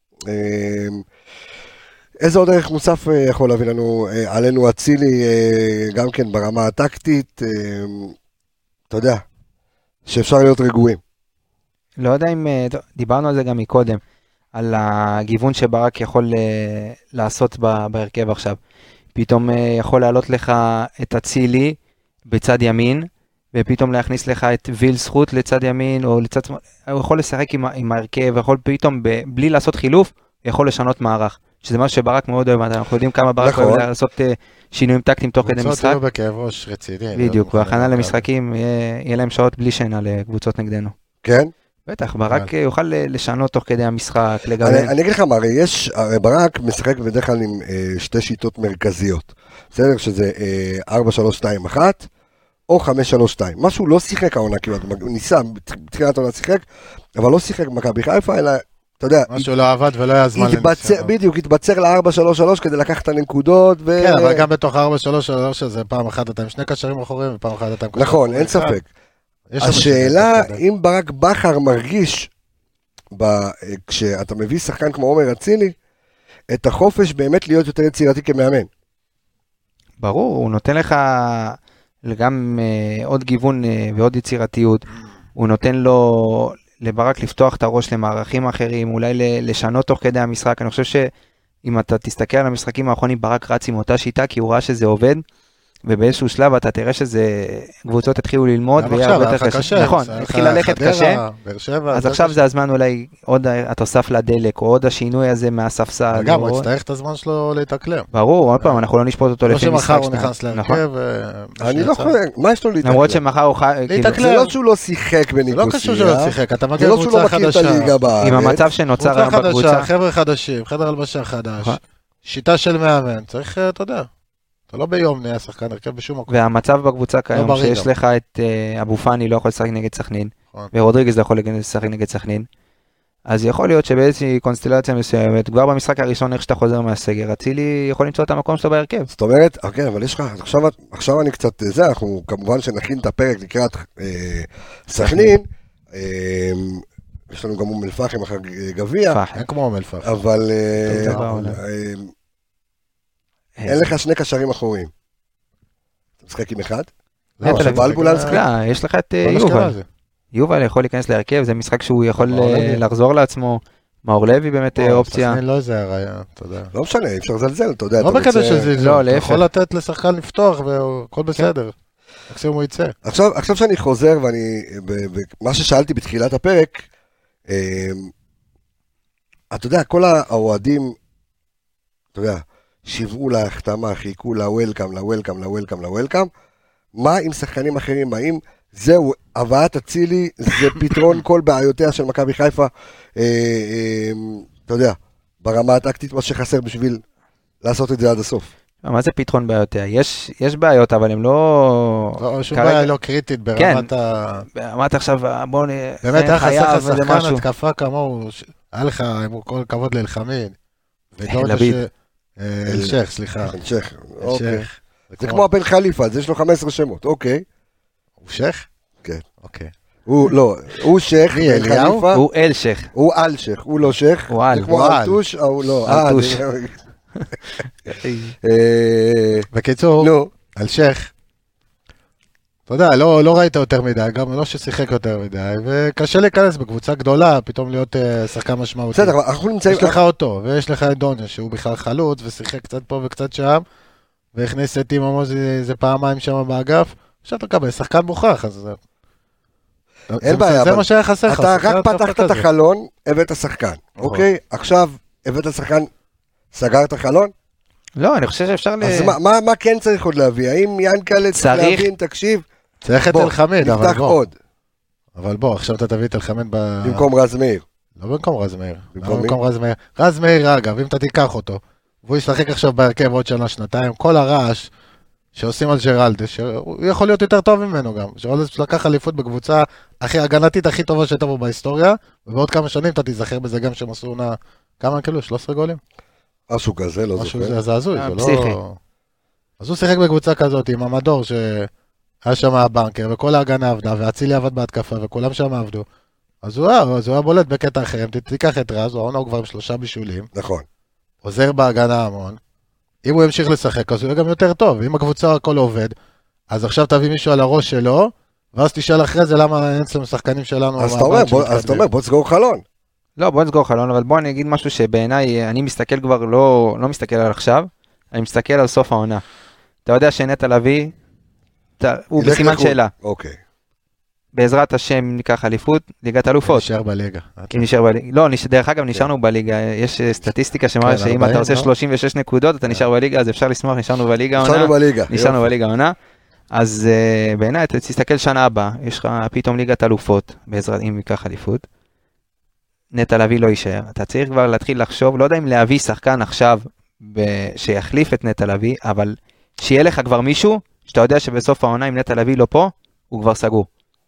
איזה עוד ערך מוסף יכול להביא עלינו אצילי, גם כן ברמה הטקטית, אתה יודע, שאפשר להיות רגועים. לא יודע אם, דיברנו על זה גם מקודם, על הגיוון שברק יכול לעשות בהרכב עכשיו. פתאום יכול לעלות לך את אצילי בצד ימין, ופתאום להכניס לך את ויל זכות לצד ימין, או לצד, הוא יכול לשחק עם ההרכב, יכול פתאום, בלי לעשות חילוף, יכול לשנות מערך. שזה משהו שברק מאוד אוהב, אנחנו יודעים כמה ברק אוהב לעשות שינויים טקטיים תוך כדי משחק. קבוצות בכאב ראש רציני. בדיוק, והכנה למשחקים, יהיה להם שעות בלי שינה לקבוצות נגדנו. כן? בטח, ברק יוכל לשנות תוך כדי המשחק. אני אגיד לך מה, הרי ברק משחק בדרך כלל עם 2 שיטות מרכזיות. בסדר שזה 4-3-2-1 או 5-3-2. משהו לא שיחק העונה כמעט, הוא ניסה, בתחילת העונה שיחק, אבל לא שיחק במכבי חיפה, אלא אתה יודע, משהו לא עבד ולא היה זמן לניסיון. בדיוק, התבצר ל-4-3-3 כדי לקחת את הנקודות. כן, אבל גם בתוך 4-3-3 זה פעם אחת אתה עם 2 קשרים אחורים ופעם אחת אתה עם קשר. נכון, אין ספק. השאלה, אם ברק בכר מרגיש, כשאתה מביא שחקן כמו עומר אצילי, את החופש באמת להיות יותר יצירתי כמאמן. ברור, הוא נותן לך גם עוד גיוון ועוד יצירתיות. הוא נותן לו לברק לפתוח את הראש למערכים אחרים, אולי לשנות תוך כדי המשחק. אני חושב שאם אתה תסתכל על המשחקים האחרונים, ברק רץ עם אותה שיטה, כי הוא ראה שזה עובד, ובאיזשהו שלב אתה תראה שזה קבוצות התחילו ללמוד, ויהיה הרבה יותר קשה. נכון, התחיל ללכת קשה, אז עכשיו זה הזמן אולי עוד התוסף לדלק, או עוד השינוי הזה מהספסל. גם הוא יצטרך את הזמן שלו להתאקלם. ברור, עוד פעם, אנחנו לא נשפוט אותו לפי משחק. לא שמחר הוא נכנס להרכב. אני לא חושב, מה יש לו להתאקלם? למרות שמחר הוא להתאקלם. זה לא שהוא לא שיחק בניגוסיה. לא קשור שהוא לא שיחק, אתה מגיע קבוצה חדשה. עם המצב שנוצר היום בקבוצה. חבר'ה חדשים, חדר הלבשה חדש, שיטה של מאמן, צריך, אתה יודע. אתה לא ביום נהיה שחקן הרכב בשום מקום. והמצב בקבוצה כיום שיש לך את אבו פאני לא יכול לשחק נגד סכנין, ורודריגז לא יכול לשחק נגד סכנין, אז יכול להיות שבאיזושהי קונסטלציה מסוימת, כבר במשחק הראשון איך שאתה חוזר מהסגר, אצילי יכול למצוא את המקום שלו בהרכב. זאת אומרת, כן, אבל יש לך, עכשיו אני קצת, אנחנו כמובן שנכין את הפרק לקראת סכנין, יש לנו גם אום אל-פחם אחר גביע, אין כמו אום אל-פחם. אבל אין לך 2 קשרים אחוריים. אתה משחק עם אחד? יש לך את יובל. יובל יכול להיכנס להרכב, זה משחק שהוא יכול לחזור לעצמו. מאור לוי באמת אופציה. סכנין לא זה הרעיון, אתה יודע. לא משנה, אי אפשר לזלזל, אתה יודע. לא בקטע של זלזל, אתה יכול לתת לשחקן לפתוח והכל בסדר. מקסימום הוא יצא. עכשיו שאני חוזר, ומה ששאלתי בתחילת הפרק, אתה יודע, כל האוהדים, אתה יודע, שיברו להחתמה, חיכו ל-Welcome, מה עם שחקנים אחרים, האם זהו, הבאת אצילי, זה פתרון כל בעיותיה של מכבי חיפה, אתה יודע, ברמה הטקטית מה שחסר בשביל לעשות את זה עד הסוף. מה זה פתרון בעיות? יש בעיות, אבל הם לא... שום בעיה לא קריטית ברמת ה... אמרת עכשיו, בואו באמת היה חסך השחקן התקפה כמוהו, היה לך עם כל כבוד לאלחמיד. לביד. אלשך, סליחה. אלשך, אוקיי. זה כמו הבן חליפה, אז יש לו 15 שמות, אוקיי. הוא שך? כן. אוקיי. לא, הוא שך, מי, אליהו? הוא אלשך. הוא אלשך, הוא לא שך. הוא אל. זה כמו אלטוש, הוא לא. אלטוש. בקיצור, אלשך. אתה יודע, לא ראית יותר מדי, גם לא ששיחק יותר מדי, וקשה להיכנס בקבוצה גדולה, פתאום להיות שחקן משמעותי. בסדר, אנחנו נמצאים... יש לך אותו, ויש לך את דוניה, שהוא בכלל חלוץ, ושיחק קצת פה וקצת שם, והכניס את טימו מוזי איזה פעמיים שם באגף, עכשיו אתה מקבל, שחקן מוכח, אז אין בעיה, זה מה שהיה חסר לך. אתה רק פתחת את החלון, הבאת שחקן, אוקיי? עכשיו, הבאת שחקן, סגרת החלון? לא, אני חושב שאפשר אז מה כן צריך עוד להביא? האם ינקלה צריך להבין, תקשיב? צריך את אלחמיד, אבל נפתח עוד. אבל בוא, עכשיו אתה תביא את אלחמיד במקום רז מאיר. לא במקום רז מאיר. רז מאיר, אגב, אם אתה תיקח אותו, והוא ישחק עכשיו בהרכב עוד שנה, שנתיים, כל הרעש שעושים על ג'רלדש, שהוא יכול להיות יותר טוב ממנו גם. ג'רלדש לקח אליפות בקבוצה הכי הגנתית, הכי טובה שהייתה בו בהיסטוריה, ובעוד כמה שנים אתה תיזכר בזה גם שהם עשו כמה כאילו? 13 גולים? משהו כזה, לא זוכר. משהו זה הזוי, זה לא... אז הוא שיחק בקבוצה כזאת עם המדור שהיה שם הבנקר, וכל ההגנה עבדה, והצילי עבד בהתקפה, וכולם שם עבדו. אז הוא היה בולט בקטע אחר, תיקח את רז, העונה הוא כבר עם 3 בישולים. נכון. עוזר בהגנה המון. אם הוא ימשיך לשחק, אז הוא יהיה גם יותר טוב. אם הקבוצה הכל עובד, אז עכשיו תביא מישהו על הראש שלו, ואז תשאל אחרי זה למה אין אצלנו שחקנים שלנו. אז אתה אומר, בוא תסגור חלון. לא, בוא נסגור חלון, אבל בוא אני אגיד משהו שבעיניי, אני מסתכל כבר, לא מסתכל על עכשיו, אני מסתכל על סוף העונה. אתה יודע שנטע לביא, הוא בסימן שאלה. אוקיי. בעזרת השם ניקח אליפות, ליגת אלופות. נשאר בליגה. לא, דרך אגב, נשארנו בליגה, יש סטטיסטיקה שמראה שאם אתה עושה 36 נקודות, אתה נשאר בליגה, אז אפשר לשמוח, נשארנו בליגה עונה. נשארנו בליגה עונה. אז בעיניי, תסתכל שנה הבאה, יש לך פתאום ליגת אלופות, בעזרת אם ניקח אליפות. נטע לביא לא יישאר. אתה צריך כבר להתחיל לחשוב, לא יודע אם להביא שחקן עכשיו שיחליף את נטע לביא, אבל שיהיה לך כבר מישהו, שאתה יודע שבסוף העונה אם נטע לביא לא פה, הוא כבר סגור.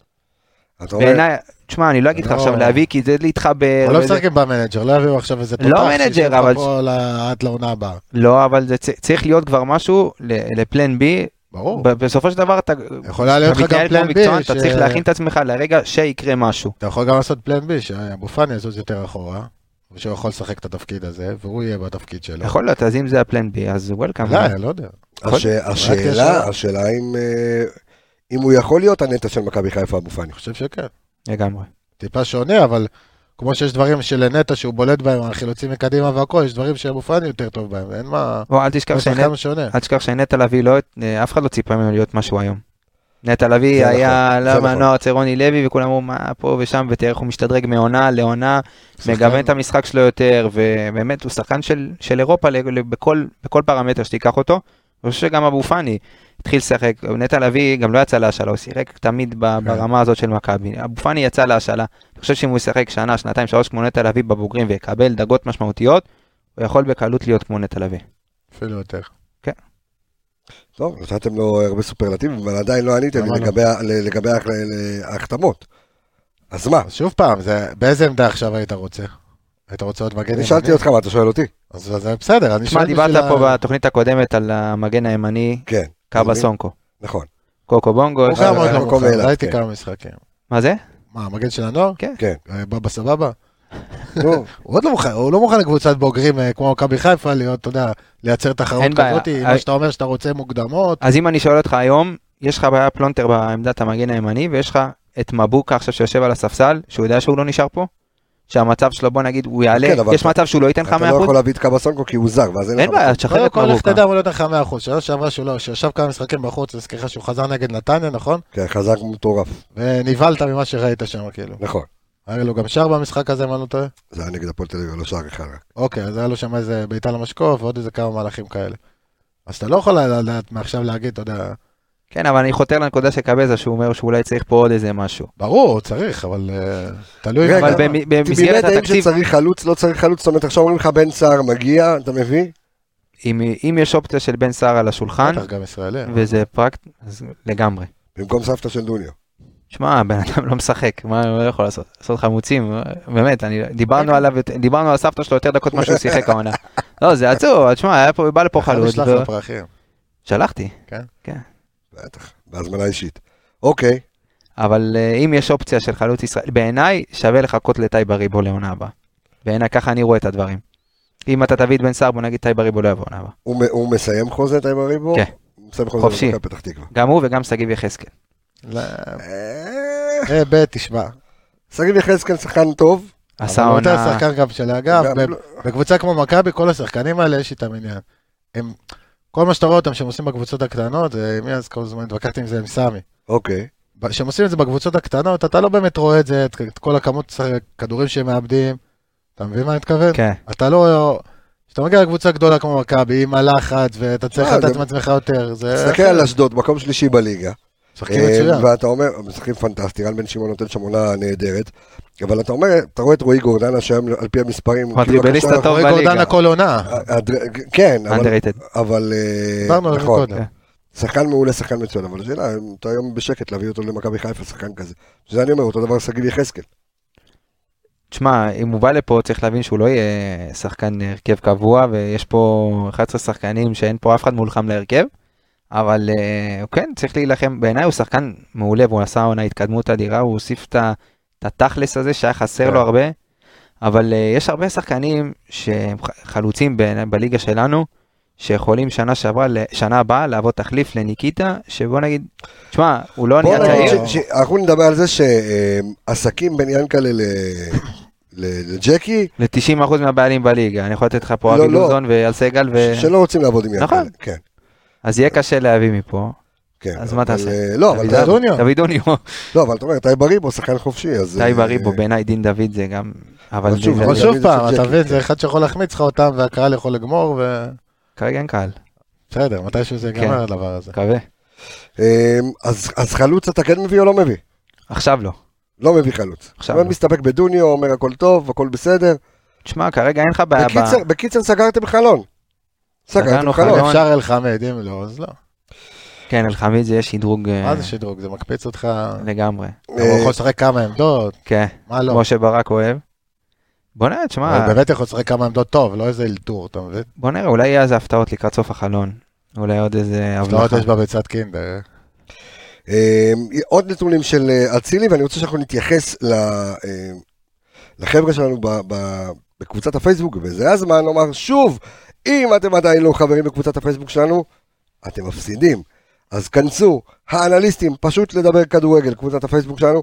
בעיניי, תשמע, אני לא אגיד לך עכשיו להביא, כי זה להתחבר. הוא לא משחקים במנג'ר, לא יביאו עכשיו איזה תותח. לא מנג'ר, אבל... עד לעונה הבאה. לא, אבל זה צריך להיות כבר משהו לפלן בי. ברור. בסופו של דבר אתה... יכולה להיות לך גם פלן בי. אתה צריך להכין את עצמך לרגע שיקרה משהו. אתה יכול גם לעשות פלן בי, שאבו פאני יזוז יותר אחורה, ושהוא יכול לשחק את התפקיד הזה, והוא יהיה בתפקיד שלו. יכול להיות, אז אם זה הפלן בי, אז וולקאם. לא יודע. השאלה אם הוא יכול להיות הנטע של מכבי חיפה אבו פאני. אני חושב שכן. לגמרי. טיפה שונה, אבל כמו שיש דברים של נטע שהוא בולט בהם, החילוצים מקדימה והכל, יש דברים שאבו פאני יותר טוב בהם, אין מה... אל תשכח שנטע לביא, אף אחד לא ציפה ממנו להיות משהו היום. נטע לביא היה למה נוער צרוני לוי, וכולם אמרו מה פה ושם, ותראה איך הוא משתדרג מעונה לעונה, מגוון את המשחק שלו יותר, ובאמת הוא שחקן של אירופה בכל פרמטר שתיקח אותו. אני חושב שגם אבו פאני התחיל לשחק, נטע לביא גם לא יצא להשאלה, הוא שיחק תמיד ברמה הזאת של מכבי. אבו פאני יצא להשאלה, אני חושב שאם הוא ישחק שנה, שנתיים, 3 כמו נטע לביא בבוגרים ויקבל דרגות משמעותיות, הוא יכול בקלות להיות כמו נטע לביא. אפילו יותר. כן. טוב, נתתם לו הרבה סופרלטיבים, אבל עדיין לא עניתם לגבי ההחתמות. אז מה? שוב פעם, באיזה עמדה עכשיו היית רוצה? היית רוצה עוד מגן? אני שאלתי אותך מה, אתה שואל אותי? אז זה בסדר, אני שואל בשביל... דיברת פה בתוכנית הקודמת על המגן הימני, קאבה סונקו. נכון. קוקו בונגו. הוא גם עוד לא מוכן, ראיתי כמה משחקים. מה זה? מה, המגן של הנוער? כן. בבא סבבה? הוא לא מוכן לקבוצת בוגרים כמו מכבי חיפה להיות, אתה יודע, לייצר תחרות כזאת, מה שאתה אומר שאתה רוצה מוקדמות. אז אם אני שואל אותך היום, יש לך בעיה פלונטר בעמדת המגן הימני, ויש לך את מבוקה עכשיו שיושב על הספסל, שהוא יודע שהוא לא נשאר פה? שהמצב שלו, בוא נגיד, הוא יעלה, יש מצב שהוא לא ייתן לך 100%? אתה לא יכול להביא את קאבה סונקו כי הוא זר, ואז אין בעיה, תשחרר את מבוקה. איך תדע, הוא לא ייתן לך 100%, שלוש שעברה שישב כמה משחקים בחוץ, אז ככה שהוא חזר נגד נתניה, נכון? כן, חזק מטורף. וניבלת ממה שראית שם, כאילו. נכון. היה לו גם שער במשחק הזה, מה לא טועה? זה היה נגד הפועל תל אביב, לא שער אחד רק. אוקיי, אז היה לו שם איזה בעיטה למשקוף, ועוד איזה כמה מהלכים כאלה. אז אתה לא יכול לדעת מעכשיו להגיד, אתה יודע, כן, אבל אני חותר לנקודה של קבזה, שהוא אומר שאולי צריך פה עוד איזה משהו. ברור, צריך, אבל תלוי. רגע, אבל באמת במסגרת האם התקציב, שצריך חלוץ, לא צריך חלוץ, זאת אומרת, עכשיו אומרים לך בן סער מגיע, אתה מביא? אם יש אופציה של בן סער על השולחן, בטח גם ישראלי. וזה פרקט, אז לגמרי. במקום סבתא של דוניו. שמע, הבן אדם לא משחק, מה הוא יכול לעשות? לעשות חמוצים, באמת, דיברנו עליו, דיברנו על סבתא שלו יותר דקות מה שהוא שיחק העונה. לא, זה עצוב, תשמע, בא לפה חלוץ. שלח לו פרחים. שלחתי. כן. בטח, בהזמנה אישית. אוקיי. אבל אם יש אופציה של חלוץ ישראל, בעיניי שווה לחכות לטייבה ריבו לעונה הבאה. בעיניי ככה אני רואה את הדברים. אם אתה תביא את בן סער, בוא נגיד טייבה ריבו לא יבוא עונה הבאה. הוא מסיים חוזה טייבה ריבו? כן. הוא מסיים חוזה חופשי. במכבי פתח תקווה. גם הוא וגם שגיב יחזקאל. תשמע. שגיב יחזקאל שחקן טוב. עשה אבל הוא יותר עונה... שחקן גם של האגף. גם לא. בקבוצה כמו מכבי, כל השחקנים האלה יש איתם עניין. כל מה שאתה רואה אותם שהם עושים בקבוצות הקטנות, מי אז כל הזמן התווכחתי עם זה עם סמי. אוקיי. כשהם עושים את זה בקבוצות הקטנות, אתה לא באמת רואה את זה, את כל הכמות כדורים שהם מאבדים. אתה מבין מה אני מתכוון? כן. אתה לא... כשאתה מגיע לקבוצה גדולה כמו מכבי, עם הלחץ, ואתה צריך לתת מעצמך יותר, זה... תסתכל על אשדוד, מקום שלישי בליגה. משחקים מצוין. ואתה אומר, משחקים פנטסטי, רן בן שמעון נותן שם עונה נהדרת, אבל אתה אומר, אתה רואה את רועי גורדנה שהיום על פי המספרים, הדריבליסט הטוב רועי בליגה. גורדנה כל עונה. כן, Underrated. אבל דיברנו על זה נכון, קודם. שחקן מעולה, שחקן מצוין, אבל השאלה, אתה היום בשקט להביא אותו למכבי חיפה, שחקן כזה. שזה אני אומר, אותו דבר שגיב יחזקאל. תשמע, אם הוא בא לפה צריך להבין שהוא לא יהיה שחקן הרכב קבוע, ויש פה 11 שחקנים שאין פה אף אחד מולחם להרכב, אבל כן, צריך להילחם, בעיניי הוא שחקן מעולה, והוא עשה עונה התקדמות אדירה, הוא הוסיף את התכלס הזה שהיה חסר לו הרבה, אבל יש הרבה שחקנים שהם חלוצים בליגה שלנו, שיכולים שנה הבאה לעבוד תחליף לניקיטה, שבוא נגיד, תשמע, הוא לא נהיה צעיר. אנחנו נדבר על זה שעסקים בין ינקלה לג'קי, ל-90% מהבעלים בליגה, אני יכול לתת לך פה אבי לוזון ואייל סגל שלא רוצים לעבוד עם ינקלה. נכון. כן. אז יהיה קשה להביא מפה. כן, אז מה תעשה? לא, אבל דוד דוניו. לא, אבל אתה אומר, טייבה ריבו, שחקן חופשי, אז... טייבה ריבו, בעיניי דין דוד זה גם... אבל שוב פעם, אתה מבין, זה אחד שיכול להחמיץ לך אותם, והקהל יכול לגמור, ו... כרגע אין קהל. בסדר, מתישהו זה ייגמר הדבר הזה. מקווה. אז חלוץ אתה כן מביא או לא מביא? עכשיו לא. לא מביא חלוץ. עכשיו לא. מסתפק בדוניו, אומר הכל טוב, הכל בסדר. תשמע, כרגע אין לך בעיה. בקיצר סגרתם חלון. סגרתם חלון. אפשר אלחמיד, אם לא, אז לא. כן, אלחמיד זה יש שדרוג... מה זה שדרוג? זה מקפיץ אותך... לגמרי. הוא יכול לשחק כמה עמדות. כן. מה לא? כמו שברק אוהב. בוא נראה, תשמע... הוא באמת יכול לשחק כמה עמדות טוב, לא איזה אלתור, אתה מבין? בוא נראה, אולי יהיה איזה הפתעות לקראת סוף החלון. אולי עוד איזה הבלחה. הפתעות יש בביצת קינדר. עוד נתונים של אצילי, ואני רוצה שאנחנו נתייחס לחבר'ה שלנו בקבוצת הפייסבוק, וזה הזמן לומר שוב, אם אתם עדיין לא חברים בקבוצת הפייסבוק שלנו, אתם מפסידים. אז כנסו, האנליסטים, פשוט לדבר כדורגל, קבוצת הפייסבוק שלנו,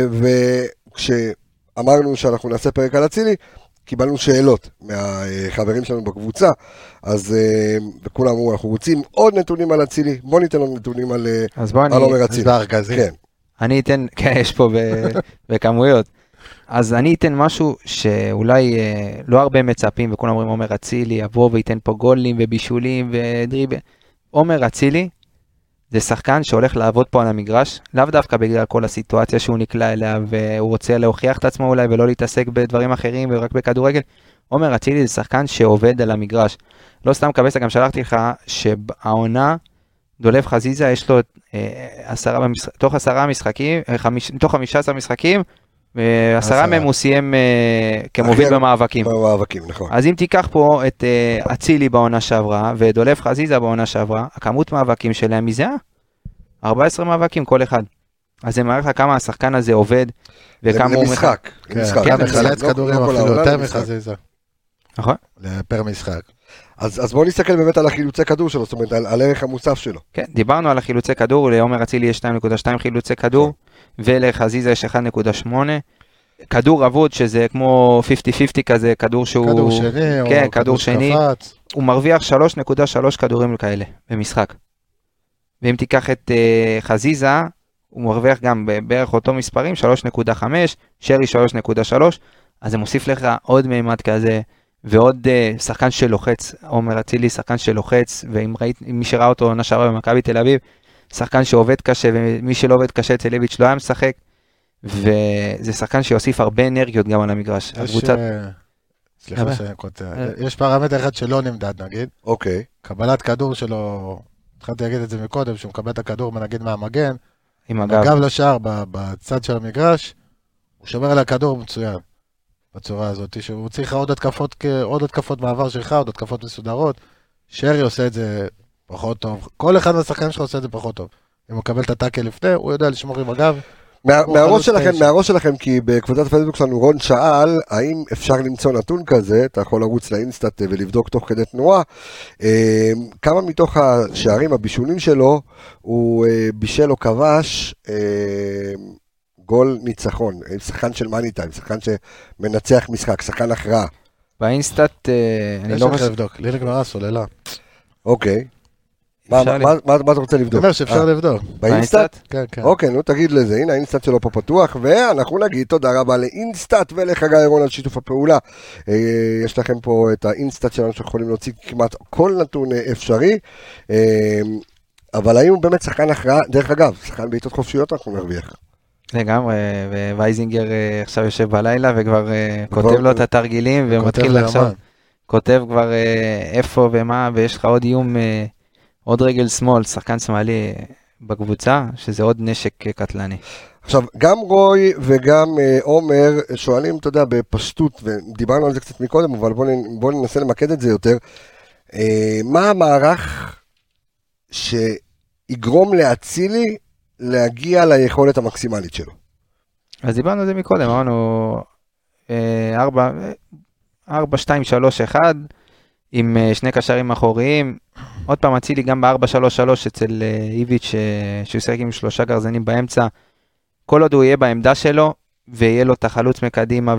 וכשאמרנו שאנחנו נעשה פרק על אצילי, קיבלנו שאלות מהחברים שלנו בקבוצה, אז וכולם אמרו, אנחנו רוצים עוד נתונים על אצילי, בוא ניתן לנו נתונים על עומר אצילי. כן. אני אתן, כן, יש פה בכמויות. אז אני אתן משהו שאולי לא הרבה מצפים, וכולם אומרים, עומר אצילי יבוא וייתן פה גולים ובישולים ודריבל. עומר אצילי זה שחקן שהולך לעבוד פה על המגרש, לאו דווקא בגלל כל הסיטואציה שהוא נקלע אליה, והוא רוצה להוכיח את עצמו אולי, ולא להתעסק בדברים אחרים, ורק בכדורגל. עומר אצילי זה שחקן שעובד על המגרש. לא סתם קבסה, גם שלחתי לך, שהעונה, דולב חזיזה, יש לו תוך 15 משחקים, 10 מהם הוא סיים כמוביל במאבקים. במאבקים, נכון. אז אם תיקח פה את אצילי בעונה שעברה, ודולב חזיזה בעונה שעברה, הכמות מאבקים שלהם מזהה, 14 מאבקים כל אחד. אז זה מראה לך כמה השחקן הזה עובד, וכמה הוא משחק. כן, מחלץ כדורים אפילו יותר מחזיזה. נכון. פר משחק. אז בואו נסתכל באמת על החילוצי כדור שלו, זאת אומרת, על ערך המוסף שלו. כן, דיברנו על החילוצי כדור, לעומר אצילי יש 2.2 חילוצי כדור, ולחזיזה יש 1.8. כדור עבוד, שזה כמו 50-50 כזה, כדור שהוא... כדור שני, כן, או כדור שני. שקפץ. הוא מרוויח 3.3 כדורים כאלה במשחק. ואם תיקח את חזיזה, הוא מרוויח גם בערך אותו מספרים, 3.5, שרי 3.3, אז זה מוסיף לך עוד מימד כזה, ועוד שחקן שלוחץ, עומר אצילי שחקן שלוחץ, ואם מי שראה אותו נשארה במכבי תל אביב, שחקן שעובד קשה, ומי שלא עובד קשה אצל איביץ' לא היה משחק, וזה שחקן שיוסיף הרבה אנרגיות גם על המגרש. סליחה שאני קוטע. יש פרמטר אחד שלא נמדד, נגיד. אוקיי. קבלת כדור שלו, התחלתי להגיד את זה מקודם, שהוא מקבל את הכדור, נגיד מהמגן, עם הגב. הגב לשער בצד של המגרש, הוא שומר על הכדור מצוין. בצורה הזאת, שהוא צריך עוד התקפות מעבר שלך, עוד התקפות מסודרות. שרי עושה את זה פחות טוב. כל אחד מהשחקנים שלך עושה את זה פחות טוב. אם הוא מקבל את הטאקל לפני, הוא יודע לשמור עם הגב. מהראש שלכם, כי בקבוצת הפייסבוק שלנו רון שאל, האם אפשר למצוא נתון כזה, אתה יכול לרוץ לאינסטאט ולבדוק תוך כדי תנועה, כמה מתוך השערים הבישולים שלו, הוא בישל או כבש גול ניצחון, שחקן של מאני טיים, שחקן שמנצח משחק, שחקן הכרעה. באינסטאט, אני יש לא לך לבדוק, לי נגמרה סוללה. אוקיי. מה אתה רוצה לבדוק? זאת אומרת שאפשר לבדוק. באינסטאט? כן, כן. אוקיי, נו תגיד לזה, הנה האינסטאט שלו פה פתוח, ואנחנו נגיד תודה רבה לאינסטאט ולחגי אירון על שיתוף הפעולה. יש לכם פה את האינסטאט שלנו שיכולים להוציא כמעט כל נתון אפשרי, אבל האם הוא באמת שחקן הכרעה? דרך אגב, שחקן בעיטות חופשיות אנחנו נרוויח. לגמרי, ווייזינגר עכשיו יושב בלילה וכבר כותב לו את התרגילים ומתחיל לחשוב, כותב כבר איפה ומה, ויש לך עוד איום, עוד רגל שמאל, שחקן שמאלי בקבוצה, שזה עוד נשק קטלני. עכשיו, גם רוי וגם עומר שואלים, אתה יודע, בפשטות, ודיברנו על זה קצת מקודם, אבל בואו ננסה למקד את זה יותר, מה המערך שיגרום להצילי להגיע ליכולת המקסימלית שלו? אז דיברנו על זה מקודם, אמרנו 4, 2, 3, 1, עם שני קשרים אחוריים, עוד פעם אצילי גם ב-4-3-3 אצל איביץ' שהוא שחק עם 3 גרזנים באמצע, כל עוד הוא יהיה בעמדה שלו, ויהיה לו את החלוץ מקדימה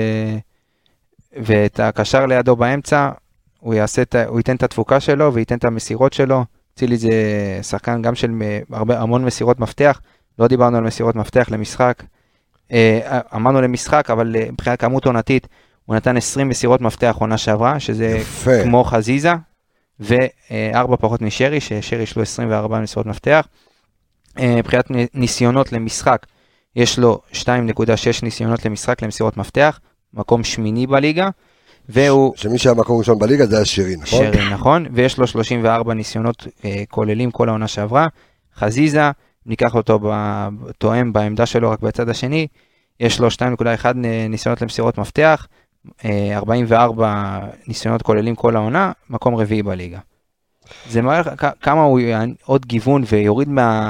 ואת הקשר לידו באמצע, הוא ייתן את התפוקה שלו וייתן את המסירות שלו. אצילי זה שחקן גם של המון מסירות מפתח, לא דיברנו על מסירות מפתח למשחק, אמרנו למשחק, אבל מבחינת כמות עונתית, הוא נתן 20 מסירות מפתח עונה שעברה, שזה יפה. כמו חזיזה, ו4 פחות משרי, ששרי יש לו 24 מסירות מפתח. מבחינת ניסיונות למשחק, יש לו 2.6 ניסיונות למשחק למסירות מפתח, מקום שמיני בליגה, והוא... שמי שהמקום ראשון בליגה זה השרי, נכון? שרי, נכון, ויש לו 34 ניסיונות כוללים כל העונה שעברה. חזיזה, ניקח אותו תואם בעמדה שלו רק בצד השני, יש לו 2.1 ניסיונות למסירות מפתח, 44 ניסיונות כוללים כל העונה, מקום רביעי בליגה. זה מראה כמה הוא עוד גיוון ויוריד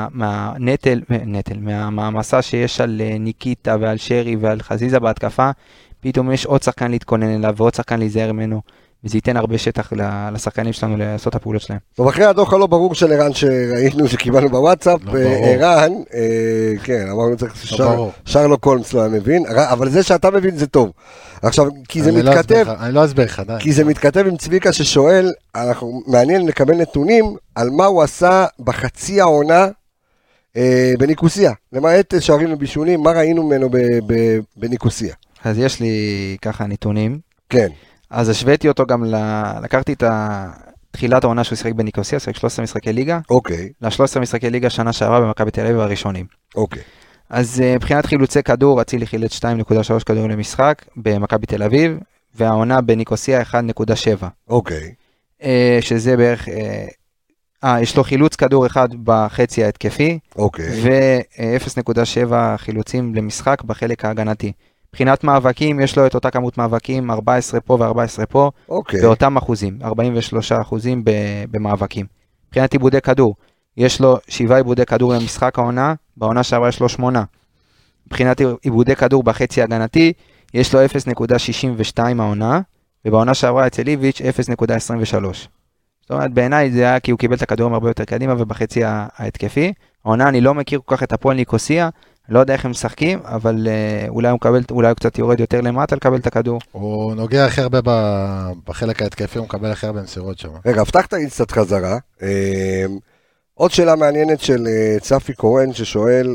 מהמעמסה שיש על ניקיטה ועל שרי ועל חזיזה בהתקפה, פתאום יש עוד שחקן להתכונן אליו ועוד שחקן להיזהר ממנו, וזה ייתן הרבה שטח לשחקנים שלנו לעשות את הפעולות שלהם. טוב, אחרי הדוח הלא ברור של ערן שראינו שקיבלנו בוואטסאפ, ערן, כן, אמרנו צריך שרלוק הולמס לא מבין, אבל זה שאתה מבין זה טוב. עכשיו, כי זה מתכתב, אני לא אסביר לך, כי זה מתכתב עם צביקה ששואל, מעניין לקבל נתונים על מה הוא עשה בחצי העונה בניקוסיה, למעט שערים ובישולים, מה ראינו ממנו בניקוסיה. אז יש לי ככה נתונים. כן. אז השוויתי אותו גם, לקחתי את תחילת העונה שהוא שיחק בניקוסיה, שיחק 13 משחקי ליגה. אוקיי. ל-13 משחקי ליגה שנה שעברה במכבי תל אביב הראשונים. אוקיי. אז מבחינת חילוצי כדור, אצילי חילץ 2.3 כדור למשחק במכבי תל אביב, והעונה בניקוסיה 1.7. אוקיי. שזה בערך, יש לו חילוץ כדור אחד בחצי ההתקפי, אוקיי. ו-0.7 חילוצים למשחק בחלק ההגנתי. מבחינת מאבקים, יש לו את אותה כמות מאבקים, 14 פה ו14 פה, באותם אחוזים, 43% במאבקים. מבחינת עיבודי כדור, יש לו 7 עיבודי כדור למשחק העונה, בעונה שעברה יש לו 8. מבחינת עיבודי כדור בחצי הגנתי, יש לו 0.62 העונה, ובעונה שעברה אצל איביץ' 0.23. זאת אומרת, בעיניי זה היה כי הוא קיבל את הכדורים הרבה יותר קדימה, ובחצי ההתקפי. העונה אני לא מכיר כל כך את הפועל ניקוסיה, לא יודע איך הם משחקים, אבל אולי הוא קצת יורד יותר למטה לקבל את הכדור. הוא נוגע הכי הרבה בחלק ההתקפי, הוא מקבל הכי הרבה מסירות שם. רגע, הבטחת אינסטאט חזרה. עוד שאלה מעניינת של צפי קורן ששואל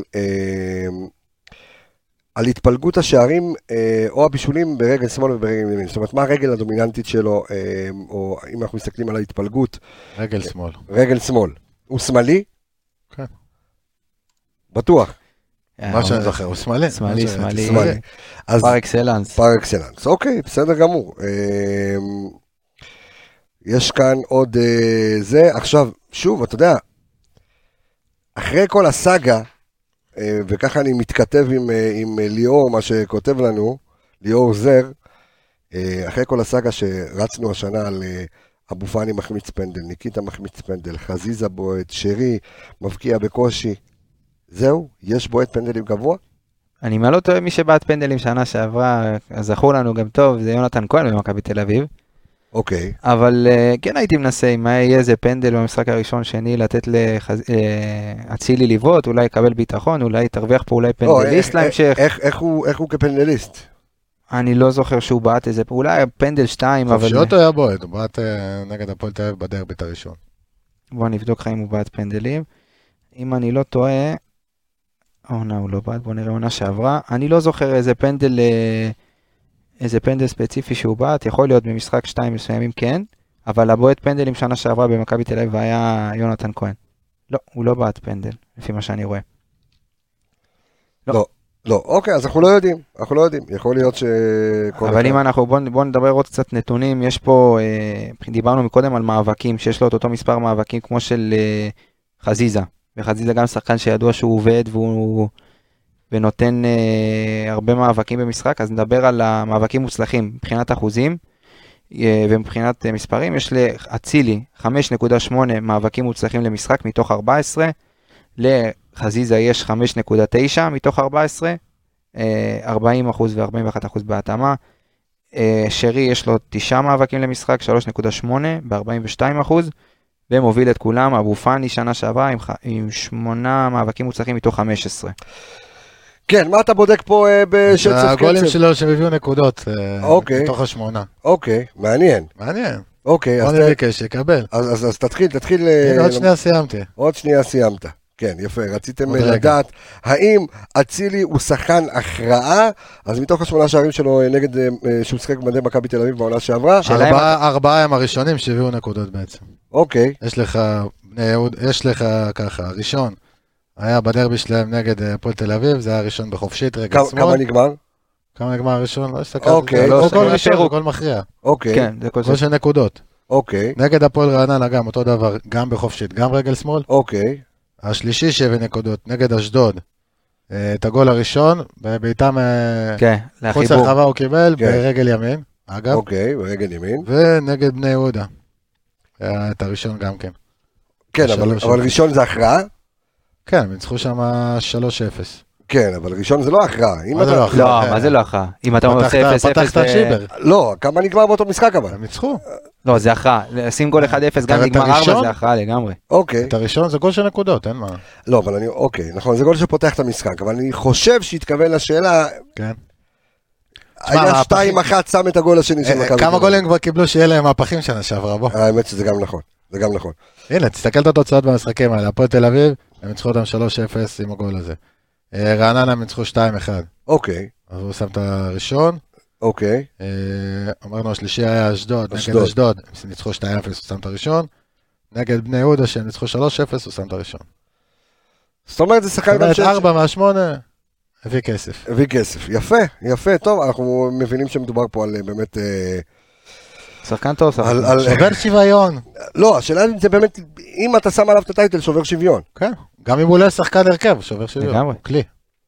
על התפלגות השערים או הבישולים ברגל שמאל וברגל ימין. זאת אומרת, מה הרגל הדומיננטית שלו, או אם אנחנו מסתכלים על ההתפלגות? רגל שמאל. רגל שמאל. הוא שמאלי? כן. בטוח. מה שאני זוכר, הוא שמאלי. שמאלי. שמאלי. אז פר אקסלנס. פר אקסלנס, אוקיי, בסדר גמור. יש כאן עוד זה, עכשיו, שוב, אתה יודע, אחרי כל הסאגה, וככה אני מתכתב עם ליאור, מה שכותב לנו, ליאור זר, אחרי כל הסאגה שרצנו השנה על אבו פאני מחמיץ פנדל, ניקיטה מחמיץ פנדל, חזיזה בועט, שרי, מבקיע בקושי, זהו, יש בועט פנדלים גבוה? אני לא טועה מי שבעט פנדלים שנה שעברה, אז זכור לנו גם טוב, זה יונתן כהן במכבי תל אביב. אוקיי. אבל כן הייתי מנסה, אם יהיה איזה פנדל במשחק הראשון שני, לתת לאצילי לבעוט, אולי יקבל ביטחון, אולי תרוויח פה אולי פנדליסט להמשך. איך הוא כפנדליסט? אני לא זוכר שהוא בעט איזה, אולי פנדל 2, אבל... חופשיות היה בועט, הוא בעט נגד הפועל תל אביב בדרבית הראשון. בוא נבדוק לך אם הוא בעט פנדלים. אם אני לא טועה, עונה הוא לא בעט, בוא נראה עונה שעברה. אני לא זוכר איזה פנדל ספציפי שהוא בעט, יכול להיות במשחק 2 מסוימים כן, אבל הבועט פנדלים שנה שעברה במכבי תל אביב היה יונתן כהן. לא, הוא לא בעט פנדל, לפי מה שאני רואה. לא, אוקיי, אז אנחנו לא יודעים, יכול להיות ש... אבל אם אנחנו, בוא נדבר עוד קצת נתונים, יש פה, דיברנו מקודם על מאבקים, שיש לו את אותו מספר מאבקים כמו של חזיזה, וחזיזה גם שחקן שידוע שהוא עובד ונותן הרבה מאבקים במשחק, אז נדבר על המאבקים מוצלחים מבחינת אחוזים, ומבחינת מספרים, יש לאצילי 5.8 מאבקים מוצלחים למשחק מתוך 14, לחזיזה יש 5.9 מתוך 14, 40% ו-41% בהתאמה. שרי יש לו 9 מאבקים למשחק, 3.8 ב-42%, ומוביל את כולם, אבו פאני שנה שעברה עם 8 מאבקים מוצלחים מתוך 15. כן, מה אתה בודק פה בשצף קצב? הגולים שלו שהביאו נקודות, מתוך 8. אוקיי, מעניין. אוקיי, בוא נבקש, יקבל. אז תתחיל. הנה, עוד שנייה סיימתי. עוד שנייה סיימת. כן, יפה, רציתם לדעת, האם אצילי הוא שחקן הכרעה, אז מתוך 8 שערים שלו נגד שהוא שחק במדי מכבי תל אביב בעונה שעברה. 4 הם הראשונים שהביאו נקודות בעצם. אוקיי. יש לך ככה, הראשון היה בדרבי שלהם נגד הפועל תל אביב, זה היה הראשון בחופשית, רגע שמאל. כמה נגמר הראשון? לא הסתכלתי. אוקיי. כל ראשון, כל מכריע. אוקיי. כן, זה כל כל של נקודות. אוקיי. נגד הפועל רעננה גם אותו דבר, גם בחופשית, גם רגל שמאל. אוקיי. השלישי 7 נקודות, נגד אשדוד, את הגול הראשון, בביתם חוץ הרחבה הוא קיבל, ברגל ימין, אגב. אוקיי, ברגל ימין. ונגד בני יהודה, את הראשון גם כן. כן, אבל ראשון זה הכרעה? כן, הם ניצחו שם 3-0. כן, אבל ראשון זה לא הכרעה. מה זה לא הכרעה? אם אתה עושה 0-0... פתחת שיבר. לא, כמה נגמר באותו משחק אבל? הם ניצחו. לא, זה הכרעה. לשים גול 1-0 גם נגמר 4 זה הכרעה לגמרי. אוקיי. את הראשון זה גול של נקודות, אין מה. לא, אבל אני, אוקיי, נכון, זה גול שפותח את המשחק, אבל אני חושב שהתכוון לשאלה... כן. היה 2-1 שם את הגול השני של מכבי. כמה גולים כבר קיבלו שיהיה להם מהפכים שנה שעברה, בוא. האמת שזה גם נכון, זה גם נכון. הנה, תסתכל את התוצאות במשחקים האלה, הפועל תל אביב, הם ניצחו אותם 3-0 עם הגול הזה. רעננה הם ניצחו 2-1. אוקיי. אז הוא שם את הראשון. אוקיי. אמרנו השלישי היה אשדוד, נגד אשדוד, הם ניצחו 2-0, הוא שם את הראשון. נגד בני יהודה שהם ניצחו 3-0, הוא שם את הראשון. זאת אומרת, זה שחקן גם 4 מה-8, הביא כסף. יפה, טוב, אנחנו מבינים שמדובר פה על באמת... שחקן טוב, שובר שוויון. לא, השאלה זה באמת, אם אתה שם עליו את הטייטל, שובר שוויון. כן, גם אם הוא לא שחקן הרכב, שובר שוויון. כלי.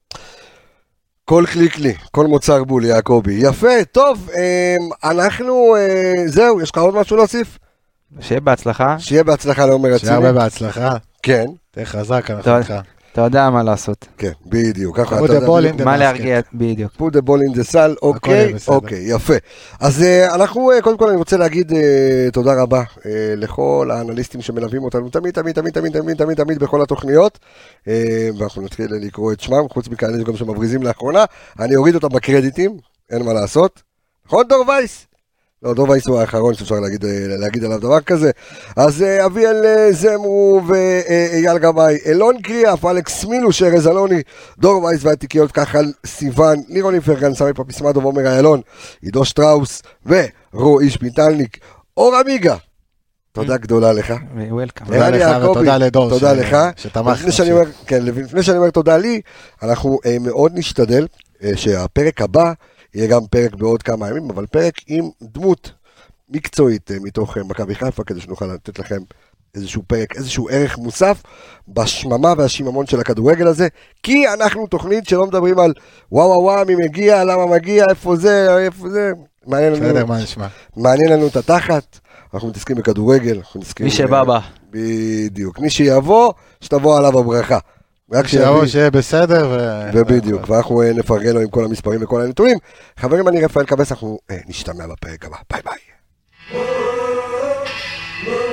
כל כלי, כל מוצר בול, יעקובי. יפה, טוב, אנחנו, זהו, יש לך עוד משהו להוסיף? שיהיה בהצלחה. שיהיה בהצלחה לעומר אצילי. שיהיה הרבה בהצלחה. כן. תהיה חזק, אנחנו איתך. אתה יודע מה לעשות. כן, בדיוק. מה להרגיע, בדיוק. put the ball in the sal, אוקיי, יפה. אז אנחנו, קודם כל אני רוצה להגיד תודה רבה לכל האנליסטים שמלווים אותנו תמיד בכל התוכניות, ואנחנו נתחיל לקרוא את שמם, חוץ מכאלה גם שמבריזים לאחרונה, אני אוריד אותם בקרדיטים, אין מה לעשות. נכון, דור וייס? לא, דור וייס הוא האחרון שאפשר להגיד עליו דבר כזה. אז אביאל זמרו ואייל גבאי, אלון קריאף, אלכס מילוש, ארז אלוני, דור וייס והתיקיות כחל סיוון, לירון איפרגן, סמי פפיסמדו ועומר איילון, עידו שטראוס ורועי שפיטלניק, אור אמיגה. תודה גדולה לך. וולקאם. תודה ערן לך יעקבי, ותודה לדור תודה לך. שתמך. לפני שאני אומר תודה לי, אנחנו מאוד נשתדל שהפרק הבא יהיה גם פרק בעוד כמה ימים, אבל פרק עם דמות מקצועית מתוך מכבי חיפה, כדי שנוכל לתת לכם איזשהו פרק, איזשהו ערך מוסף בשממה והשיממון של הכדורגל הזה, כי אנחנו תוכנית שלא מדברים על וואו מי מגיע, למה מגיע, איפה זה, מעניין לנו את התחת, אנחנו מתעסקים בכדורגל, מי שבא בה. בדיוק, מי שיבוא, שתבוא עליו הברכה. שיבוא שיהיה בסדר ובדיוק, ואנחנו נפרגן לו עם כל המספרים וכל הנתונים. חברים, אני רפאל קבס, אנחנו נשתמע בפרק הבא, ביי ביי.